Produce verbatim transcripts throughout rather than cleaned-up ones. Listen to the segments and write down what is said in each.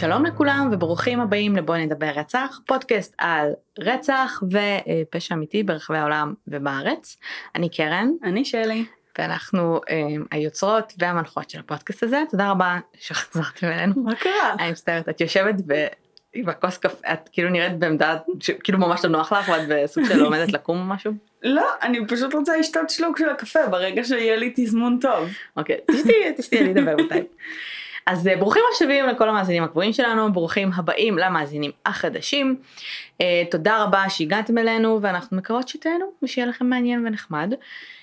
שלום לכולם וברוכים הבאים לבואי נדבר רצח, פודקאסט על רצח ופשע אמיתי ברחבי העולם ובארץ. אני קרן. אני שלי. ואנחנו אה, היוצרות והמנחות של הפודקאסט הזה. תודה רבה שחזרתם אלינו. מה קרה? אני מצטערת, את יושבת עם הכוס קפה, את כאילו נראית בעמדה, כאילו ממש לא נוח לך, ואת בסוג של עומדת לקום או משהו? לא, אני פשוט רוצה לשתות שלוק של הקפה ברגע שיהיה לי תזמון טוב. אוקיי, תשתי, תשתי, אני אדבר מתי. אז ברוכים השבים לכל המאזינים הקבועים שלנו, ברוכים הבאים למאזינים החדשים. תודה רבה שהגעתם אלינו, ואנחנו מקוות שתהנו ושיהיה לכם מעניין ונחמד.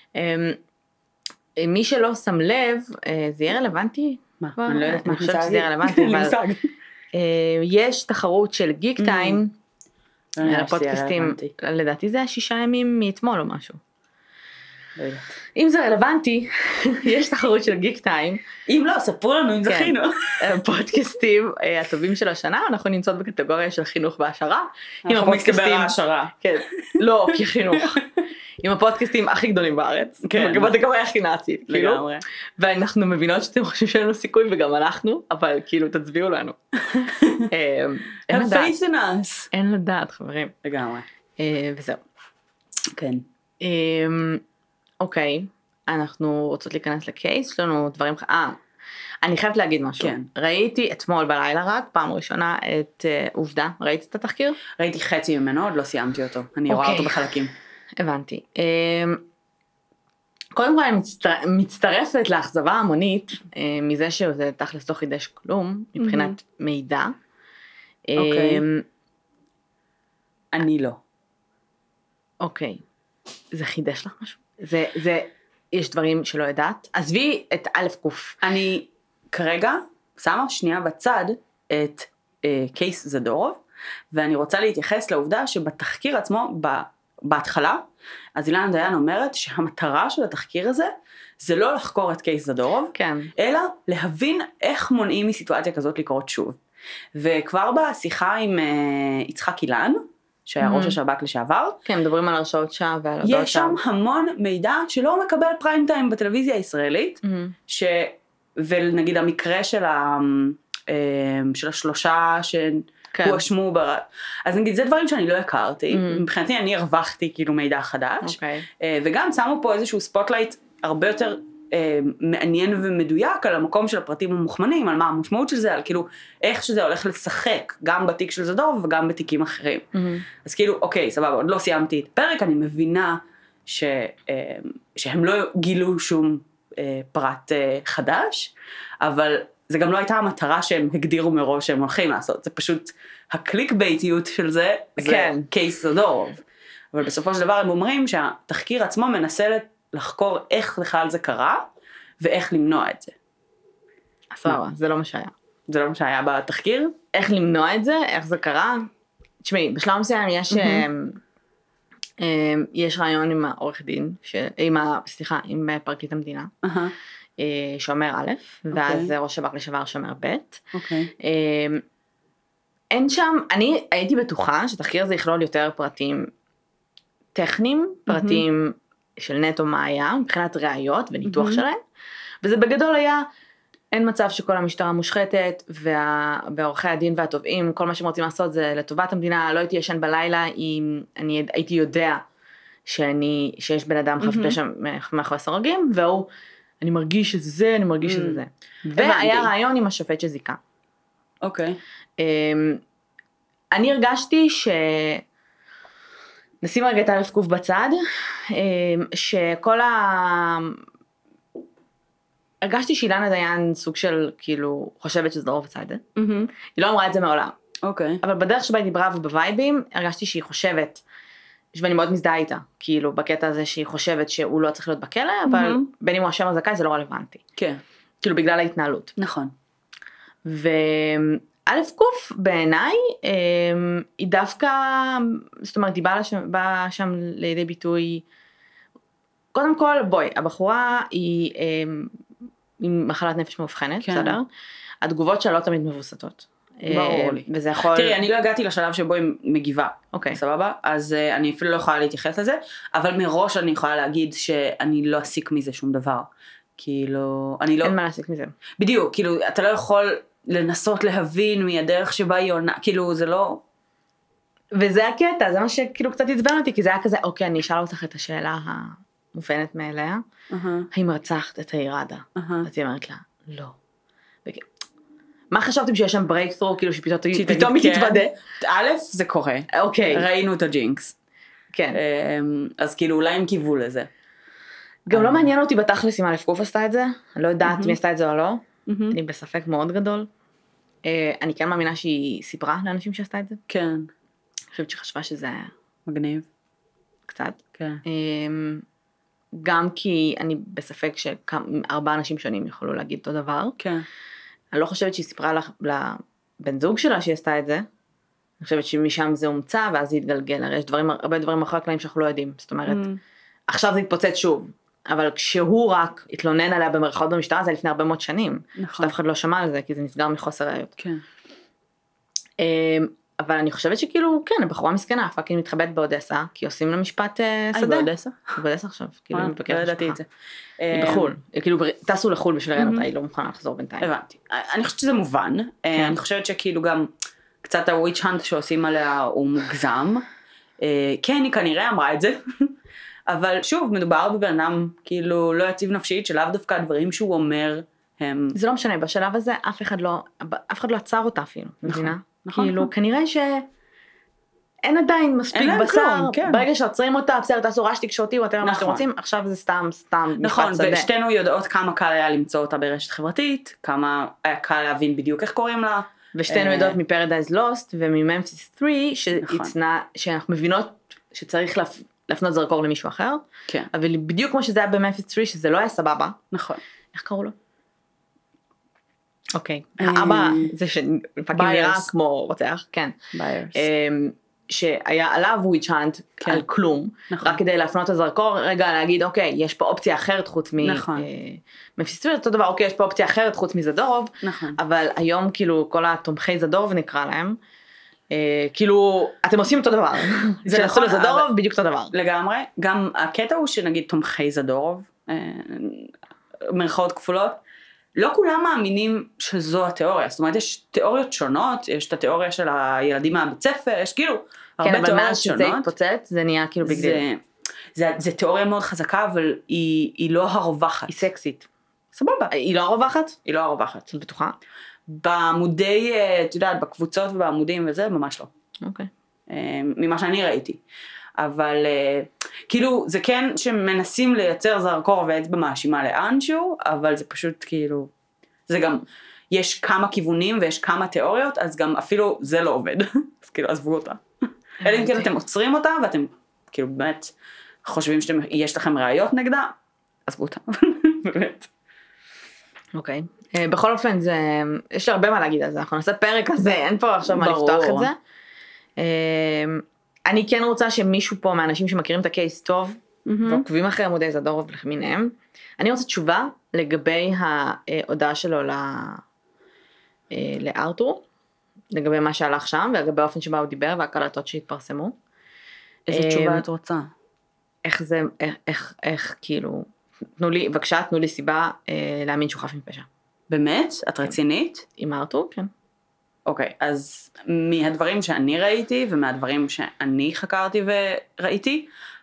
מי שלא שם לב, זה יהיה רלוונטי? מה? אני לא יודעת מה אני חושבת שזה יהיה רלוונטי, אבל יש תחרות של גיק טיים, הפודקאסטים, לדעתי זה היה שישה ימים מאתמול או משהו. אם זה רלוונטי, יש תחרות של גיק טיים. אם לא, ספרו לנו אם זכינו. פודקאסטים הטובים של השנה, אנחנו נמצאות בקטגוריה של חינוך והשערה. אנחנו מסתבר העשרה. כן, לא, כחינוך. עם הפודקאסטים הכי גדולים בארץ. כן. בקטגוריה הכי נאצית, כאילו. ואנחנו מבינות שאתם חושבים שאין לנו סיכוי, וגם אנחנו, אבל כאילו תצביעו לנו. אין לדעת. אין לדעת, חברים. לגמרי. וזהו. כן. אוקיי, אנחנו רוצות להיכנס לקייס, יש לנו דברים, אה, אני חייבת להגיד משהו. כן. ראיתי אתמול בלילה רק, פעם ראשונה, את uh, עובדה, ראית את התחקיר? ראיתי חצי ממנו, עוד לא סיימתי אותו, אני רואה אותו בחלקים. הבנתי. Um, קודם כל אני מצטר... מצטרפת לאכזבה המונית, uh, מזה שזה תכלס לא חידש כלום, מבחינת mm-hmm. מידע. אוקיי. Um, אני לא. אוקיי. זה חידש לך משהו? זה, זה, יש דברים שלא ידעת. עזבי את א' קוף. אני כרגע שמה שנייה בצד את אה, קייס זדורוב, ואני רוצה להתייחס לעובדה שבתחקיר עצמו, ב, בהתחלה, אז אילנה דיין אומרת שהמטרה של התחקיר הזה, זה לא לחקור את קייס זדורוב, כן. אלא להבין איך מונעים מסיטואציה כזאת לקרות שוב. וכבר בשיחה עם אה, יצחק אילן, שהיה ראש השב"כ לשעבר. כן, מדברים על הרשעות שווא ועל הודעות יש שם המון מידע שלא מקבל פריים טיים בטלוויזיה הישראלית, ש... ונגיד המקרה של, ה... של השלושה שהואשמו בר... אז נגיד, זה דברים שאני לא הכרתי, מבחינתי אני הרווחתי כאילו מידע חדש, וגם שמו פה איזשהו ספוטלייט הרבה יותר מעניין ומדויק על המקום של הפרטים המוכמנים, על מה המשמעות של זה, על כאילו איך שזה הולך לשחק, גם בתיק של זדורוב וגם בתיקים אחרים. Mm-hmm. אז כאילו, אוקיי, סבבה, עוד לא סיימתי את פרק, אני מבינה ש, שהם לא גילו שום פרט חדש, אבל זה גם לא הייתה המטרה שהם הגדירו מראש שהם הולכים לעשות, זה פשוט הקליק בייטיות של זה, זה כן. קייס זדורוב. אבל בסופו של דבר הם אומרים שהתחקיר עצמו מנסה לחקור איך בכלל זה קרה, ואיך למנוע את זה. סבבה, זה לא מה שהיה. זה לא מה שהיה בתחקיר? איך למנוע את זה, איך זה קרה. תשמעי, בשלב מסוים יש, יש רעיון עם העורך דין, עם ה, סליחה, עם פרקליט המדינה, שאומר א', ואז ראש שב"כ לשעבר שאומר ב'. אין שם, אני הייתי בטוחה שתחקיר זה יכלול יותר פרטים טכניים, פרטים של נטו מה היה, מבחינת ראיות וניתוח שלהם, וזה בגדול היה, אין מצב שכל המשטרה מושחתת, והעורכי הדין והתובעים, כל מה שהם רוצים לעשות זה לטובת המדינה, לא הייתי ישן בלילה, אם אני הייתי יודע שאני, שיש בן אדם חף פשע מאחורי סורגים, והוא, אני מרגיש שזה זה, אני מרגיש שזה זה. והיה רעיון עם השופט שזיקה. אוקיי. אני הרגשתי ש... נשים רגע את א' קוף בצד, שכל ה... הרגשתי שאילנה דיין סוג של, כאילו, חושבת שזה לא בצד. היא לא אמרה את זה מעולם. אוקיי. אבל בדרך שבה היא דיברה ובווייבים, הרגשתי שהיא חושבת, ואני מאוד מזדהה איתה, כאילו, בקטע הזה שהיא חושבת שהוא לא צריך להיות בכלא, אבל בין אם הוא השם הזכאי זה לא רלוונטי. כן. כאילו, בגלל ההתנהלות. נכון. ו... א' קוף בעיניי, היא דווקא, זאת אומרת, היא באה לשם, באה שם לידי ביטוי, קודם כל, בואי, הבחורה היא עם מחלת נפש מאובחנת, כן. בסדר? התגובות שלה לא תמיד מבוסתות. ברור לי. וזה יכול... תראי, אני לא הגעתי לשלב שבו היא מגיבה, אוקיי. סבבה? אז uh, אני אפילו לא יכולה להתייחס לזה, אבל מראש אני יכולה להגיד שאני לא אסיק מזה שום דבר. כאילו, אני לא... אין מה להסיק מזה. בדיוק, כאילו, אתה לא יכול... לנסות להבין מהדרך שבה היא עונה, כאילו זה לא... וזה הקטע, זה מה שכאילו קצת עצבן אותי, כי זה היה כזה, אוקיי, אני אשאל אותך את השאלה המובנת מאליה, האם רצחת את הירדה? אז היא אומרת לה, לא. מה חשבתם שיש שם ברייקטרו, כאילו שפתאום היא תתוודה? א', זה קורה. אוקיי. ראינו את הג'ינקס. כן. אז כאילו אולי הם קיוו לזה. גם לא מעניין אותי בתכלס אם א' קוף עשתה את זה, אני לא יודעת מי עשתה את זה או לא, אני בספק מאוד גדול. אני כן מאמינה שהיא סיפרה לאנשים שעשתה את זה. כן. אני חושבת שחשבה שזה מגניב. קצת. כן. גם כי אני בספק שארבעה אנשים שונים יכולו להגיד אותו דבר. כן. אני לא חושבת שהיא סיפרה לבן זוג שלה שהיא עשתה את זה. אני חושבת שמשם זה הומצא ואז זה התגלגל. הרי יש דברים, הרבה דברים אחרי הקלעים שאנחנו לא יודעים. זאת אומרת, עכשיו זה התפוצץ שוב. אבל כשהוא רק התלונן עליה במרכאות במשטרה, זה לפני הרבה מאוד שנים. נכון. שאף אחד לא שמע על זה, כי זה נסגר מחוסר ראיות. כן. אבל אני חושבת שכאילו, כן, הבחורה מסכנה, פאקינג מתחבאת באודסה, כי עושים לה משפט שדה. היא באודסה? היא באודסה עכשיו, כאילו, היא מבקרת לא ידעתי את זה. היא בחול, כאילו, טסו לחול בשביל לראיין אותה, היא לא מוכנה לחזור בינתיים. הבנתי. אני חושבת שזה מובן, אני חושבת שכאילו גם, קצת הוויץ' האנט שעושים עליה הוא מוגזם, כן, היא כנראה אמרה את זה, אבל שוב, מדובר בבן אדם, כאילו, לא יציב נפשית, שלאו דווקא הדברים שהוא אומר, הם... זה לא משנה, בשלב הזה אף אחד לא, אף אחד לא עצר אותה אפילו, מבינה? כאילו, כנראה שאין עדיין מספיק בשר, ברגע שעוצרים אותה, בסדר, תעשו רעש תקשורתי, ואתם מה שאתם רוצים, עכשיו זה סתם, סתם, נכון, ושתינו יודעות כמה קל היה למצוא אותה ברשת חברתית, כמה היה קל להבין בדיוק איך קוראים לה. ושתינו יודעות מפרדייז לוסט, ומממפיס שלוש, שאנחנו מבינות שצריך להפנות זרקור למישהו אחר, אבל בדיוק כמו שזה היה בממפיס שלוש, שזה לא היה סבבה. נכון. איך קראו לו? אוקיי, האבא זה שפאקים נראה כמו רוצח, כן. שהיה עליו וויץ' האנט על כלום, רק כדי להפנות את הזרקור, רגע להגיד, אוקיי, יש פה אופציה אחרת חוץ ממפיסטוי, אותו דבר, אוקיי, יש פה אופציה אחרת חוץ מזדורוב, אבל היום כאילו כל התומכי זדורוב נקרא להם, כאילו, אתם עושים אותו דבר, זה עשו לזדורוב בדיוק אותו דבר. לגמרי, גם הקטע הוא שנגיד תומכי זדורוב, מרכאות כפולות, לא כולם מאמינים שזו התיאוריה, זאת אומרת יש תיאוריות שונות, יש את התיאוריה של הילדים מהבית ספר, יש כאילו הרבה תיאוריות שונות. כן, אבל מאז שזה התפוצץ, זה נהיה כאילו בגדיל. זה תיאוריה מאוד חזקה, אבל היא לא הרווחת. היא סקסית. סבבה. היא לא הרווחת? היא לא הרווחת. את בטוחה? בעמודי, את יודעת, בקבוצות ובעמודים וזה, ממש לא. אוקיי. ממה שאני ראיתי. אבל כאילו זה כן שמנסים לייצר זרקור ואצבע מאשימה לאנשהו, אבל זה פשוט כאילו, זה גם, יש כמה כיוונים ויש כמה תיאוריות, אז גם אפילו זה לא עובד, אז כאילו עזבו אותה. אלא אם כן אתם עוצרים אותה ואתם כאילו באמת חושבים שיש לכם ראיות נגדה, עזבו אותה, באמת. אוקיי, בכל אופן זה, יש לי הרבה מה להגיד על זה, אנחנו נעשה פרק הזה, אין פה עכשיו מה לפתוח את זה. אני כן רוצה שמישהו פה מהאנשים שמכירים את הקייס טוב, ועוקבים אחרי עמודי זדורוב למיניהם, אני רוצה תשובה לגבי ההודעה שלו לארתור, לגבי מה שהלך שם, ולגבי האופן שבה הוא דיבר, והקלטות שהתפרסמו. איזה תשובה את רוצה? איך זה, איך, איך, כאילו, תנו לי, בבקשה, תנו לי סיבה להאמין שהוא חף מפשע. באמת? את רצינית? עם ארתור, כן. אוקיי, אז מהדברים שאני ראיתי, ומהדברים שאני חקרתי וראיתי,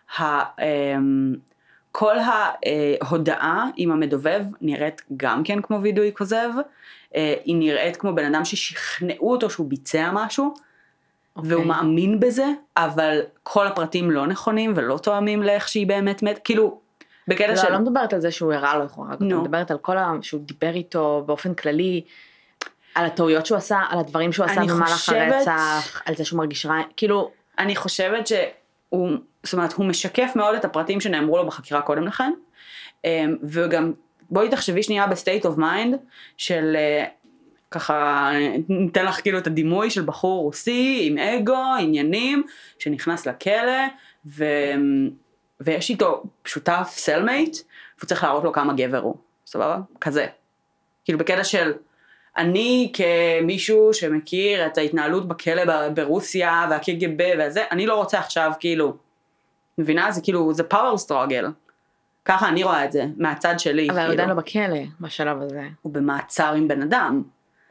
כל ההודעה עם המדובב נראית גם כן כמו וידוי כוזב, היא נראית כמו בן אדם ששכנעו אותו שהוא ביצע משהו, והוא מאמין בזה, אבל כל הפרטים לא נכונים ולא תואמים לאיך שהיא באמת מת, כאילו, בקטע של... לא, לא מדברת על זה שהוא הראה לו איך הוא הרג אותו, מדברת על כל ה... שהוא דיבר איתו באופן כללי, על הטעויות שהוא עשה, על הדברים שהוא עשה במהלך הרצח, על זה שהוא מרגיש רע, כאילו... אני חושבת שהוא, זאת אומרת, הוא משקף מאוד את הפרטים שנאמרו לו בחקירה קודם לכן, וגם, בואי תחשבי שנייה בסטייט אוף מיינד, של ככה, ניתן לך כאילו את הדימוי של בחור רוסי, עם אגו, עניינים, שנכנס לכלא, ו... ויש איתו שותף סלמייט, והוא צריך להראות לו כמה גבר הוא, סבבה? כזה. כאילו בקטע של... אני כמישהו שמכיר את ההתנהלות בכלא ברוסיה והקג"ב וזה, אני לא רוצה עכשיו כאילו, מבינה? זה כאילו, זה power struggle. ככה אני רואה את זה, מהצד שלי. אבל הוא עדיין לא בכלא בשלב הזה. הוא במעצר עם בן אדם.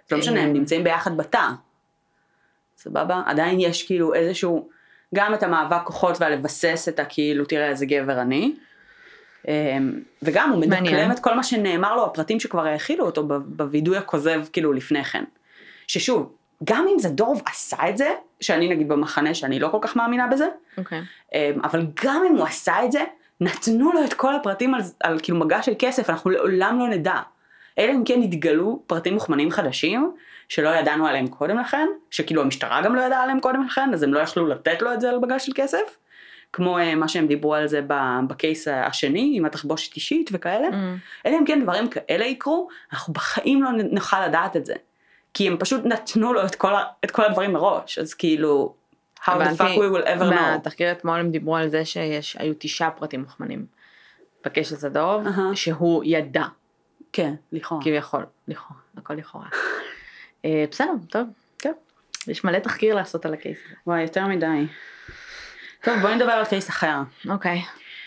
לא משנה, הם נמצאים ביחד בתא. סבבה? עדיין יש כאילו איזשהו, גם את המאבק כוחות והלבסס את הכאילו, תראה איזה גבר אני. וגם הוא מדקלם את כל מה שנאמר לו, הפרטים שכבר האכילו אותו בווידוי הכוזב כאילו לפני כן. ששוב, גם אם זדורוב עשה את זה, שאני נגיד במחנה שאני לא כל כך מאמינה בזה, okay. אבל גם אם הוא עשה את זה, נתנו לו את כל הפרטים על, על כאילו מגע של כסף, אנחנו לעולם לא נדע. אלא אם כן התגלו פרטים מוכמנים חדשים, שלא ידענו עליהם קודם לכן, שכאילו המשטרה גם לא ידעה עליהם קודם לכן, אז הם לא יכלו לתת לו את זה על מגע של כסף, כמו מה שהם דיברו על זה בקייס השני, עם התחבושת אישית וכאלה. Mm. אלא אם כן דברים כאלה יקרו, אנחנו בחיים לא נוכל לדעת את זה. כי הם פשוט נתנו לו את כל, את כל הדברים מראש, אז כאילו, how the fuck we will ever know. מהתחקיר אתמול הם דיברו על זה שהיו תשעה פרטים מוכמנים, בקייס של זדורוב, uh-huh. שהוא ידע. כן, לכאורה. כביכול, לכאורה, הכל לכאורה. בסדר, טוב, טוב. יש מלא תחקיר לעשות על הקייס הזה. וואי, יותר מדי. טוב, בואי נדבר על קייס אחר. אוקיי.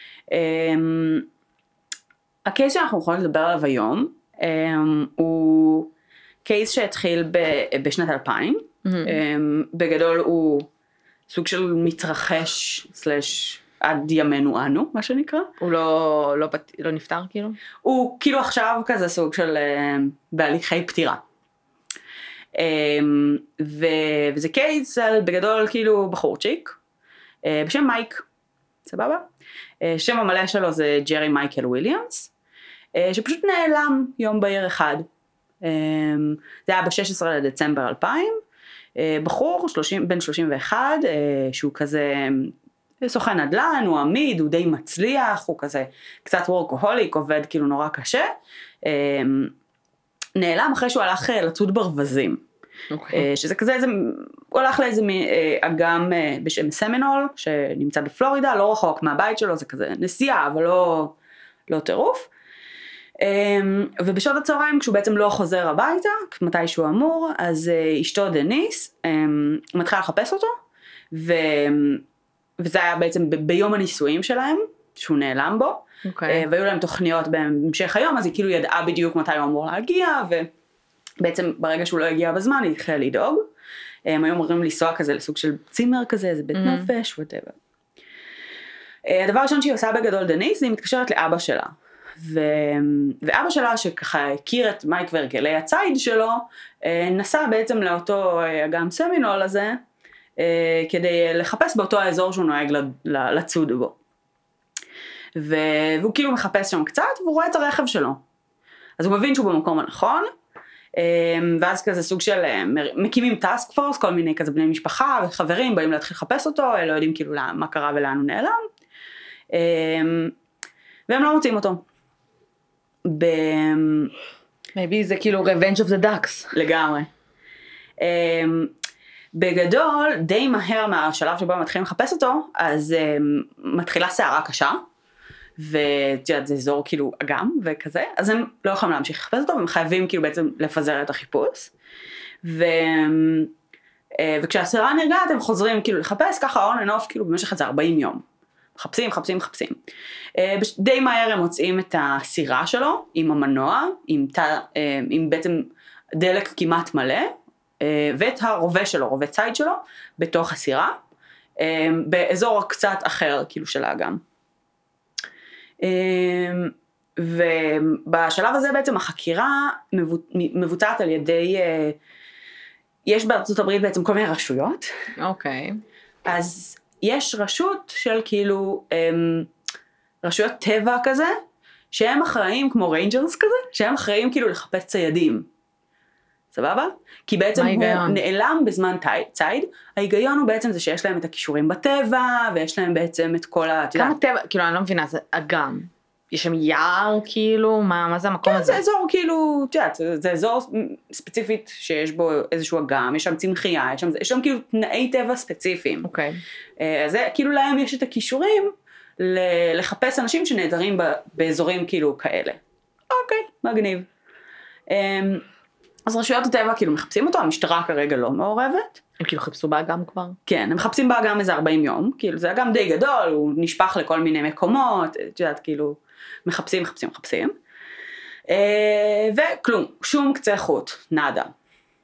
הקייס שאנחנו יכולים לדבר עליו היום, הוא קייס שהתחיל בשנת אלפיים. בגדול הוא סוג של מתרחש, סלש, עד ימינו אנו, מה שנקרא. הוא לא, לא, לא נפטר כאילו? הוא כאילו עכשיו כזה סוג של בהליכי פטירה. ו, וזה קייס על בגדול כאילו בחורצ'יק, בשם מייק, סבבה? שם המלא שלו זה ג'רי מייקל וויליאמס, שפשוט נעלם יום בהיר אחד. זה היה ב-שישה עשר לדצמבר אלפיים, בחור שלושים, בן שלושים ואחת, שהוא כזה סוכן נדל"ן, הוא עמיד, הוא די מצליח, הוא כזה קצת וורקוהוליק, עובד כאילו נורא קשה, נעלם אחרי שהוא הלך לצוד ברווזים. Okay. שזה כזה, זה, הוא הלך לאיזה אגם בשם סמינול, שנמצא בפלורידה, לא רחוק מהבית שלו, זה כזה נסיעה, אבל לא, לא טירוף. ובשעות הצהריים, כשהוא בעצם לא חוזר הביתה, מתי שהוא אמור, אז אשתו דניס, מתחילה לחפש אותו, ו, וזה היה בעצם ב, ביום הנישואים שלהם, שהוא נעלם בו, okay. והיו להם תוכניות בהמשך היום, אז היא כאילו ידעה בדיוק מתי הוא אמור להגיע, ו... בעצם ברגע שהוא לא הגיע בזמן, היא התחילה לדאוג. הם היו אמורים לנסוע כזה לסוג של צימר כזה, איזה בית mm-hmm. נופש, whatever. הדבר הראשון שהיא עושה בגדול דניס, היא מתקשרת לאבא שלה. ו... ואבא שלה שככה הכיר את מייק והרגלי הציד שלו, נסע בעצם לאותו אגם סמינול הזה, כדי לחפש באותו האזור שהוא נוהג לצוד בו. ו... והוא כאילו מחפש שם קצת, והוא רואה את הרכב שלו. אז הוא מבין שהוא במקום הנכון, ואז כזה סוג של מקימים טאסק פורס, כל מיני כזה בני משפחה וחברים באים להתחיל לחפש אותו, לא יודעים כאילו מה קרה ולאן הוא נעלם, והם לא מוצאים אותו. maybe זה כאילו revenge of the ducks. לגמרי. בגדול, די מהר מהשלב שבו הם מתחילים לחפש אותו, אז מתחילה שערה קשה, ותראה, זה אזור כאילו אגם וכזה, אז הם לא יכולים להמשיך לחפש אותו, והם חייבים כאילו בעצם לפזר את החיפוש, ו... וכשהסירה נרגעת הם חוזרים כאילו לחפש, ככה on and off כאילו במשך איזה ארבעים יום, מחפשים, מחפשים, מחפשים. די מהר הם מוצאים את הסירה שלו, עם המנוע, עם, ת... עם בעצם דלק כמעט מלא, ואת הרובה שלו, רובה ציד שלו, בתוך הסירה, באזור קצת אחר כאילו של האגם. ובשלב הזה בעצם החקירה מבוצעת על ידי, יש בארצות הברית בעצם כל מיני רשויות. אוקיי. אז יש רשות של כאילו, רשויות טבע כזה, שהם אחראים כמו ריינג'רס כזה, שהם אחראים כאילו לחפש ציידים. סבבה? כי בעצם הוא נעלם בזמן ציד, ההיגיון הוא בעצם זה שיש להם את הכישורים בטבע, ויש להם בעצם את כל ה... כמה טבע, כאילו אני לא מבינה, זה אגם, יש שם יער כאילו, מה, מה זה המקום כן, הזה? זה אזור כאילו, תיודעת, זה אזור ספציפית שיש בו איזשהו אגם, יש שם צמחייה, יש שם, יש שם כאילו תנאי טבע ספציפיים. אוקיי. אז זה, כאילו להם יש את הכישורים לחפש אנשים שנעדרים באזורים כאילו כאלה. אוקיי, מגניב. אז רשויות הטבע כאילו מחפשים אותו, המשטרה כרגע לא מעורבת. הם כאילו חיפשו באגם כבר? כן, הם מחפשים באגם איזה ארבעים יום, כאילו זה אגם די גדול, הוא נשפך לכל מיני מקומות, את יודעת, כאילו מחפשים, מחפשים, מחפשים. וכלום, שום קצה חוט, נאדה.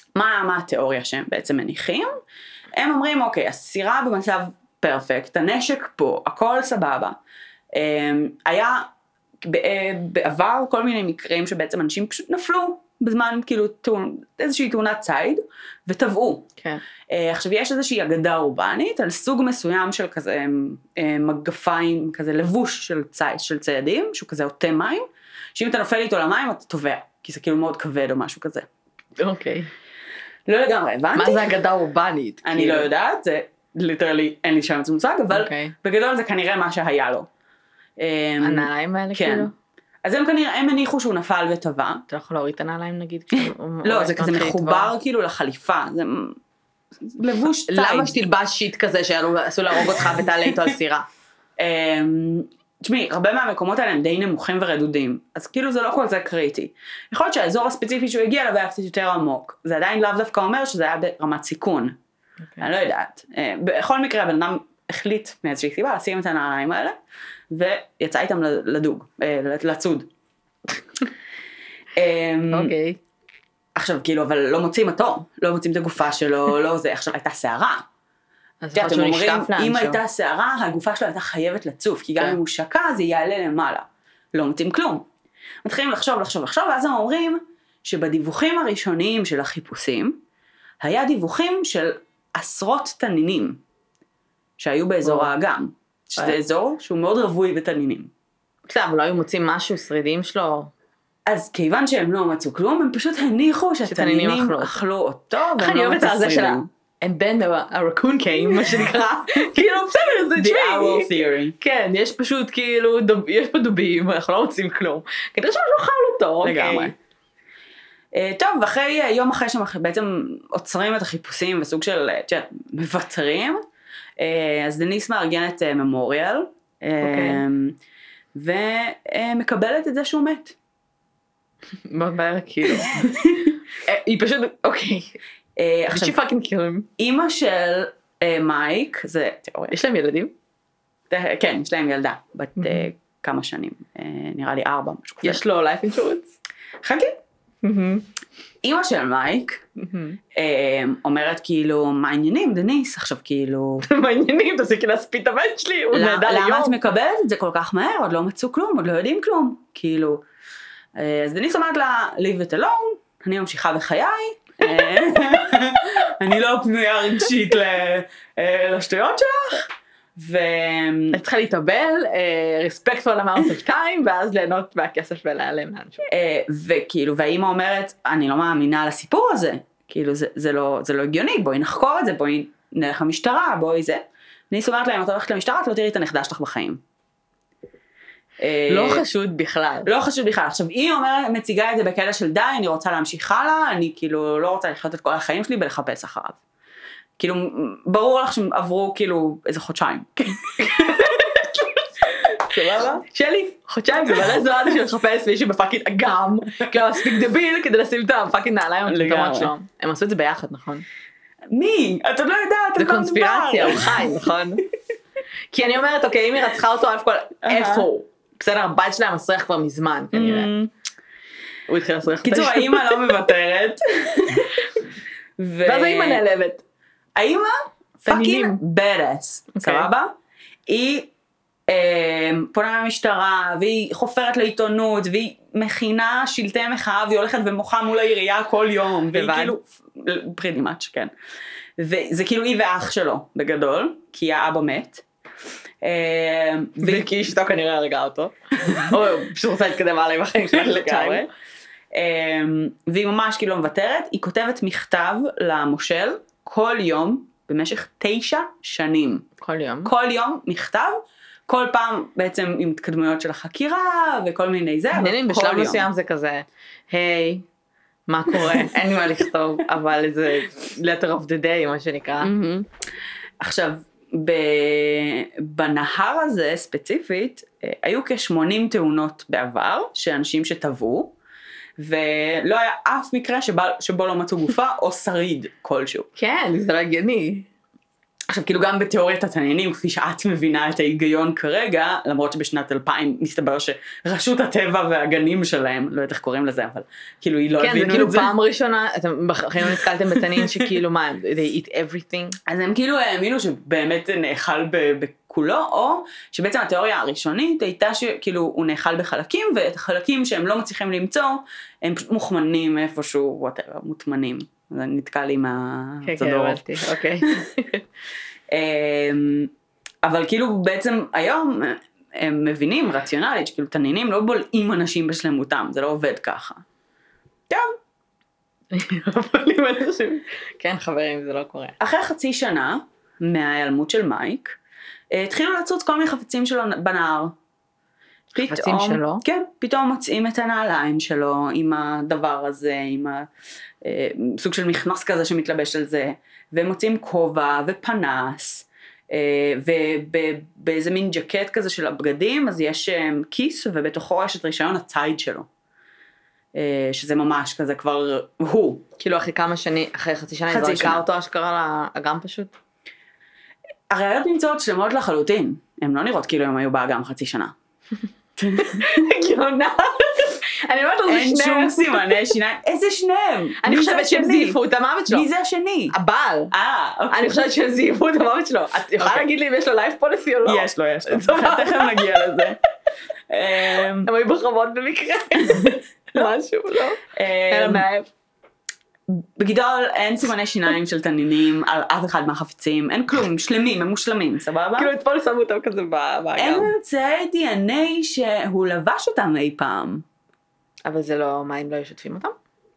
מה, מה התיאוריה שהם בעצם מניחים? הם אומרים, אוקיי, הסירה במצב פרפקט, הנשק פה, הכל סבבה. היה בעבר כל מיני מקרים שבעצם אנשים פשוט נפלו בזמן כאילו איזושהי תאונת ציד וטבעו. כן. עכשיו יש איזושהי אגדה אורבנית על סוג מסוים של כזה מגפיים, כזה לבוש של ציד, של ציידים, שהוא כזה עוטה מים, שאם אתה נופל איתו למים אתה טובע, כי זה כאילו מאוד כבד או משהו כזה. אוקיי. לא לגמרי, הבנתי. מה זה אגדה אורבנית? אני לא יודעת, זה ליטרלי אין לי שם מושג, אבל בגדול זה כנראה מה שהיה לו. הנעליים האלה כאילו? אז הם כנראה, הם הניחו שהוא נפל וטבע. אתה לא יכול להוריד את הנעליים נגיד? לא, זה כזה מחובר כאילו לחליפה, זה לבוש ציד. למה שתלבש שיט כזה שעשו להרוג אותך ותעלה איתו על סירה? תשמעי, הרבה מהמקומות האלה הם די נמוכים ורדודים, אז כאילו זה לא כל זה קריטי. יכול להיות שהאזור הספציפי שהוא הגיע אליו היה קצת יותר עמוק, זה עדיין לאו דווקא אומר שזה היה ברמת סיכון. אני לא יודעת. בכל מקרה, הבן אדם החליט מאיזושהי סיבה לשים את הנעליים האלה, ויצא איתם לדוג, לצוד. אוקיי. עכשיו כאילו, אבל לא מוצאים אותו, לא מוצאים את הגופה שלו, לא זה, עכשיו הייתה שערה. אז אתם אומרים, אם הייתה שערה, הגופה שלו הייתה חייבת לצוף, כי גם אם הוא שקע, זה יעלה למעלה. לא מוצאים כלום. מתחילים לחשוב, לחשוב, לחשוב, ואז הם אומרים שבדיווחים הראשוניים של החיפושים, היה דיווחים של עשרות תנינים, שהיו באזור האגם. שזה אזור שהוא מאוד רווי בתנינים. בסדר, אבל לא היו מוצאים משהו, שרידים שלו? אז כיוון שהם לא מצאו כלום, הם פשוט הניחו שהתנינים אכלו אותו, והם לא מצאו שרידים. And then a raccoon came, מה שנקרא, כאילו בסדר, זה The owl theory. כן, יש פשוט כאילו, יש פה דובים, אנחנו לא רוצים כלום. כדי שהם לא אכלו אותו. לגמרי. טוב, ואחרי, יום אחרי שהם בעצם עוצרים את החיפושים וסוג של, מבטרים, אז דניס מארגנת ממוריאל, ומקבלת את זה שהוא מת. מאוד מהר, כאילו. היא פשוט, אוקיי. עכשיו, she fucking kill him. אמא של מייק, זה תיאוריה. יש להם ילדים? כן, יש להם ילדה, בת כמה שנים, נראה לי ארבע, משהו כזה. יש לו life insurance? חכי. אמא של מייק אומרת כאילו, מה העניינים דניס? עכשיו כאילו... מה העניינים? תפסיקי להספיד את הבן שלי, הוא נהדר היום. למה את מקבלת את זה כל כך מהר? עוד לא מצאו כלום, עוד לא יודעים כלום. כאילו, אז דניס אומרת לה, leave it alone, אני ממשיכה בחיי, אני לא פנויה רגשית לשטויות שלך, את צריכה להתאבל, respectful amount of time, ואז ליהנות מהכסף ולהיעלם לאנשהו. וכאילו, והאימא אומרת, אני לא מאמינה על הסיפור הזה, כאילו זה לא הגיוני, בואי נחקור את זה, בואי נלך למשטרה, בואי זה. דניס אומרת להם, אתה הולכת למשטרה, את לא תראי את הנכדה שלך בחיים. לא חשוד בכלל. לא חשוד בכלל. עכשיו, היא אומרת, מציגה את זה בקטע של די, אני רוצה להמשיך הלאה, אני כאילו לא רוצה לחיות את כל החיים שלי ולחפש אחריו. כאילו, ברור לך שהם עברו כאילו איזה חודשיים. סבבה? שלי, חודשיים ובאלה זו עד שלחפש מישהו בפאקינג אגם, כאילו מספיק דביל כדי לשים את הפאקינג נעליים המטומטמות שלו. הם עשו את זה ביחד, נכון? מי? אתה לא יודעת, זה קונספירציה, הוא חי, נכון? כי אני אומרת, אוקיי, אם היא רצחה אותו, איפה הוא? בסדר, הבית שלהם מסריח כבר מזמן, כנראה. הוא התחיל לסריח. קיצור, האמא לא מוותרת. ואז האמא נעלבת. האמא פאקינג בדאס, סבבה? היא פונה למשטרה, והיא חופרת לעיתונות, והיא מכינה שלטי מחאה, והיא הולכת ומוחה מול העירייה כל יום, והיא כאילו, pretty much, כן. וזה כאילו היא ואח שלו, בגדול, כי האבא מת. וכי אשתו כנראה הרגעה אותו, או פשוט רוצה להתקדם עליי בחיים שלך לגמרי. והיא ממש כאילו מוותרת, היא כותבת מכתב למושל כל יום במשך תשע שנים. כל יום? כל יום מכתב, כל פעם בעצם עם התקדמויות של החקירה וכל מיני זה. מעניינים, בשלב מסוים זה כזה, היי, מה קורה? אין לי מה לכתוב, אבל זה letter of the day, מה שנקרא. עכשיו, בנהר הזה ספציפית, היו כ-שמונים תאונות בעבר, שאנשים שטבעו, ולא היה אף מקרה שבו, שבו לא מצאו גופה או שריד כלשהו. כן, זה לא הגיוני. עכשיו, כאילו גם בתיאוריית התעניינים, כפי שאת מבינה את ההיגיון כרגע, למרות שבשנת אלפיים מסתבר שרשות הטבע והגנים שלהם, לא יודעת איך קוראים לזה, אבל כאילו היא לא הבינו את זה. כן, זה כאילו פעם ראשונה, אתם בחיים לא נתקלתם בתנין שכאילו מה, they eat everything? אז הם כאילו האמינו שבאמת נאכל בכולו, או שבעצם התיאוריה הראשונית הייתה שכאילו הוא נאכל בחלקים, ואת החלקים שהם לא מצליחים למצוא, הם פשוט מוכמנים איפשהו, whatever, מוטמנים. זה נתקע לי מהצדור. כן, כן, אוקיי. אבל כאילו בעצם היום הם מבינים רציונלית שכאילו תנינים לא בולעים אנשים בשלמותם, זה לא עובד ככה. טוב. בולעים אנשים. כן חברים, זה לא קורה. אחרי חצי שנה מההיעלמות של מייק, התחילו לצוץ כל מיני חפצים שלו בנהר. חפצים שלו? כן, פתאום מוצאים את הנעליים שלו עם הדבר הזה, עם סוג של מכנס כזה שמתלבש על זה, ומוצאים כובע ופנס, ובאיזה מין ג'קט כזה של הבגדים, אז יש כיס ובתוכו יש את רישיון הציד שלו, שזה ממש כזה כבר הוא. כאילו אחרי כמה שנים, אחרי חצי שנה, היא זרקה אותו אשכרה לאגם פשוט? הראיות נמצאות שלמות לחלוטין, הן לא נראות כאילו הם היו באגם חצי שנה. גאונה. אני אומרת, זה שניהם. אין שום סימני שיניים. איזה שניהם? אני חושבת שהם זייפו את המוות שלו. מי זה השני? הבעל. אה, אוקיי. אני חושבת שהם זייפו את המוות שלו. את יכולה להגיד לי אם יש לו לייף פוליסי או לא? יש לו, יש לו. תכף נגיע לזה. הם היו בחרבות במקרה. משהו, לא? אלא מאהב. בגדול אין סימני שיניים של תנינים על אף אחד מהחפצים, אין כלום, שלמים, הם מושלמים, סבבה? כאילו את פול שמו אותם כזה באגם. אין ממצאי די אן איי שהוא לבש אותם אי פעם. אבל זה לא, מה אם לא ישתפים אותם?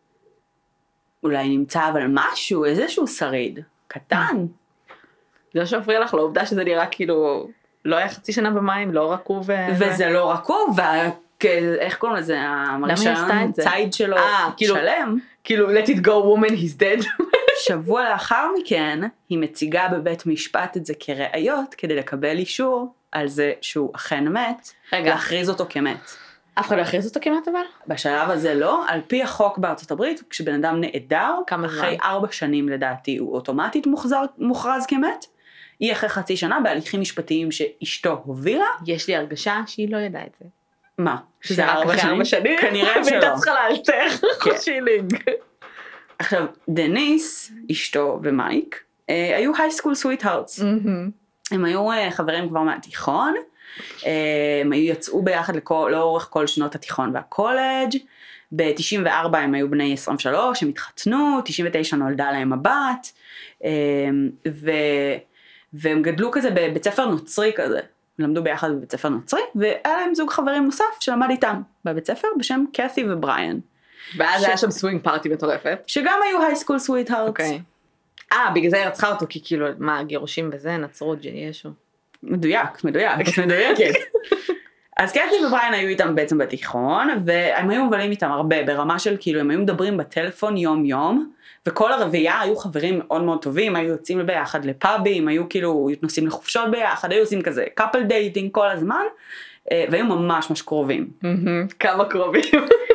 אולי נמצא אבל משהו, איזשהו שריד, קטן. זה לא שמפריע לך, לעובדה שזה נראה כאילו, לא היה חצי שנה במים, לא רקוב. וזה לא רקוב, איך קוראים לזה, המרשן ציד שלו שלם. כאילו, let it go woman, he's dead. שבוע לאחר מכן, היא מציגה בבית משפט את זה כראיות, כדי לקבל אישור על זה שהוא אכן מת, להכריז אותו כמת. אף אחד לא הכריז אותו כמת אבל? בשלב הזה לא, על פי החוק בארצות הברית, כשבן אדם נעדר, אחרי ארבע שנים לדעתי הוא אוטומטית מוכרז כמת, היא אחרי חצי שנה בהליכים משפטיים שאשתו הובילה. יש לי הרגשה שהיא לא ידעה את זה. מה? שזה ארבע שנים? כנראה שלא. והייתה צריכה לאלתר שילינג. עכשיו, דניס, אשתו ומייק, היו הייסקול סוויט-הארטס. הם היו חברים כבר מהתיכון, הם היו יצאו ביחד לאורך כל שנות התיכון והקולג'. ב-תשעים וארבע הם היו בני עשרים ושלוש, הם התחתנו, תשעים ותשע נולדה להם הבת, והם גדלו כזה בבית ספר נוצרי כזה. למדו ביחד בבית ספר נוצרי, והיה להם זוג חברים נוסף שלמד איתם בבית ספר בשם קת'י ובריאן. ואז היה שם סווינג פארטי מטורפת. שגם היו הייסקול סוויט-הארטס. אוקיי. אה, בגלל זה היא רצחה אותו, כי כאילו, מה, גירושים וזה, נצרות, ישו. מדויק, מדויק, מדויקת. אז קת'י ובריאן היו איתם בעצם בתיכון, והם היו מבלים איתם הרבה, ברמה של כאילו, הם היו מדברים בטלפון יום יום, וכל הרביעייה היו חברים מאוד מאוד טובים, היו יוצאים ביחד לפאבים, היו כאילו נוסעים לחופשות ביחד, היו עושים כזה קאפל דייטינג כל הזמן, והיו ממש ממש קרובים. כמה קרובים.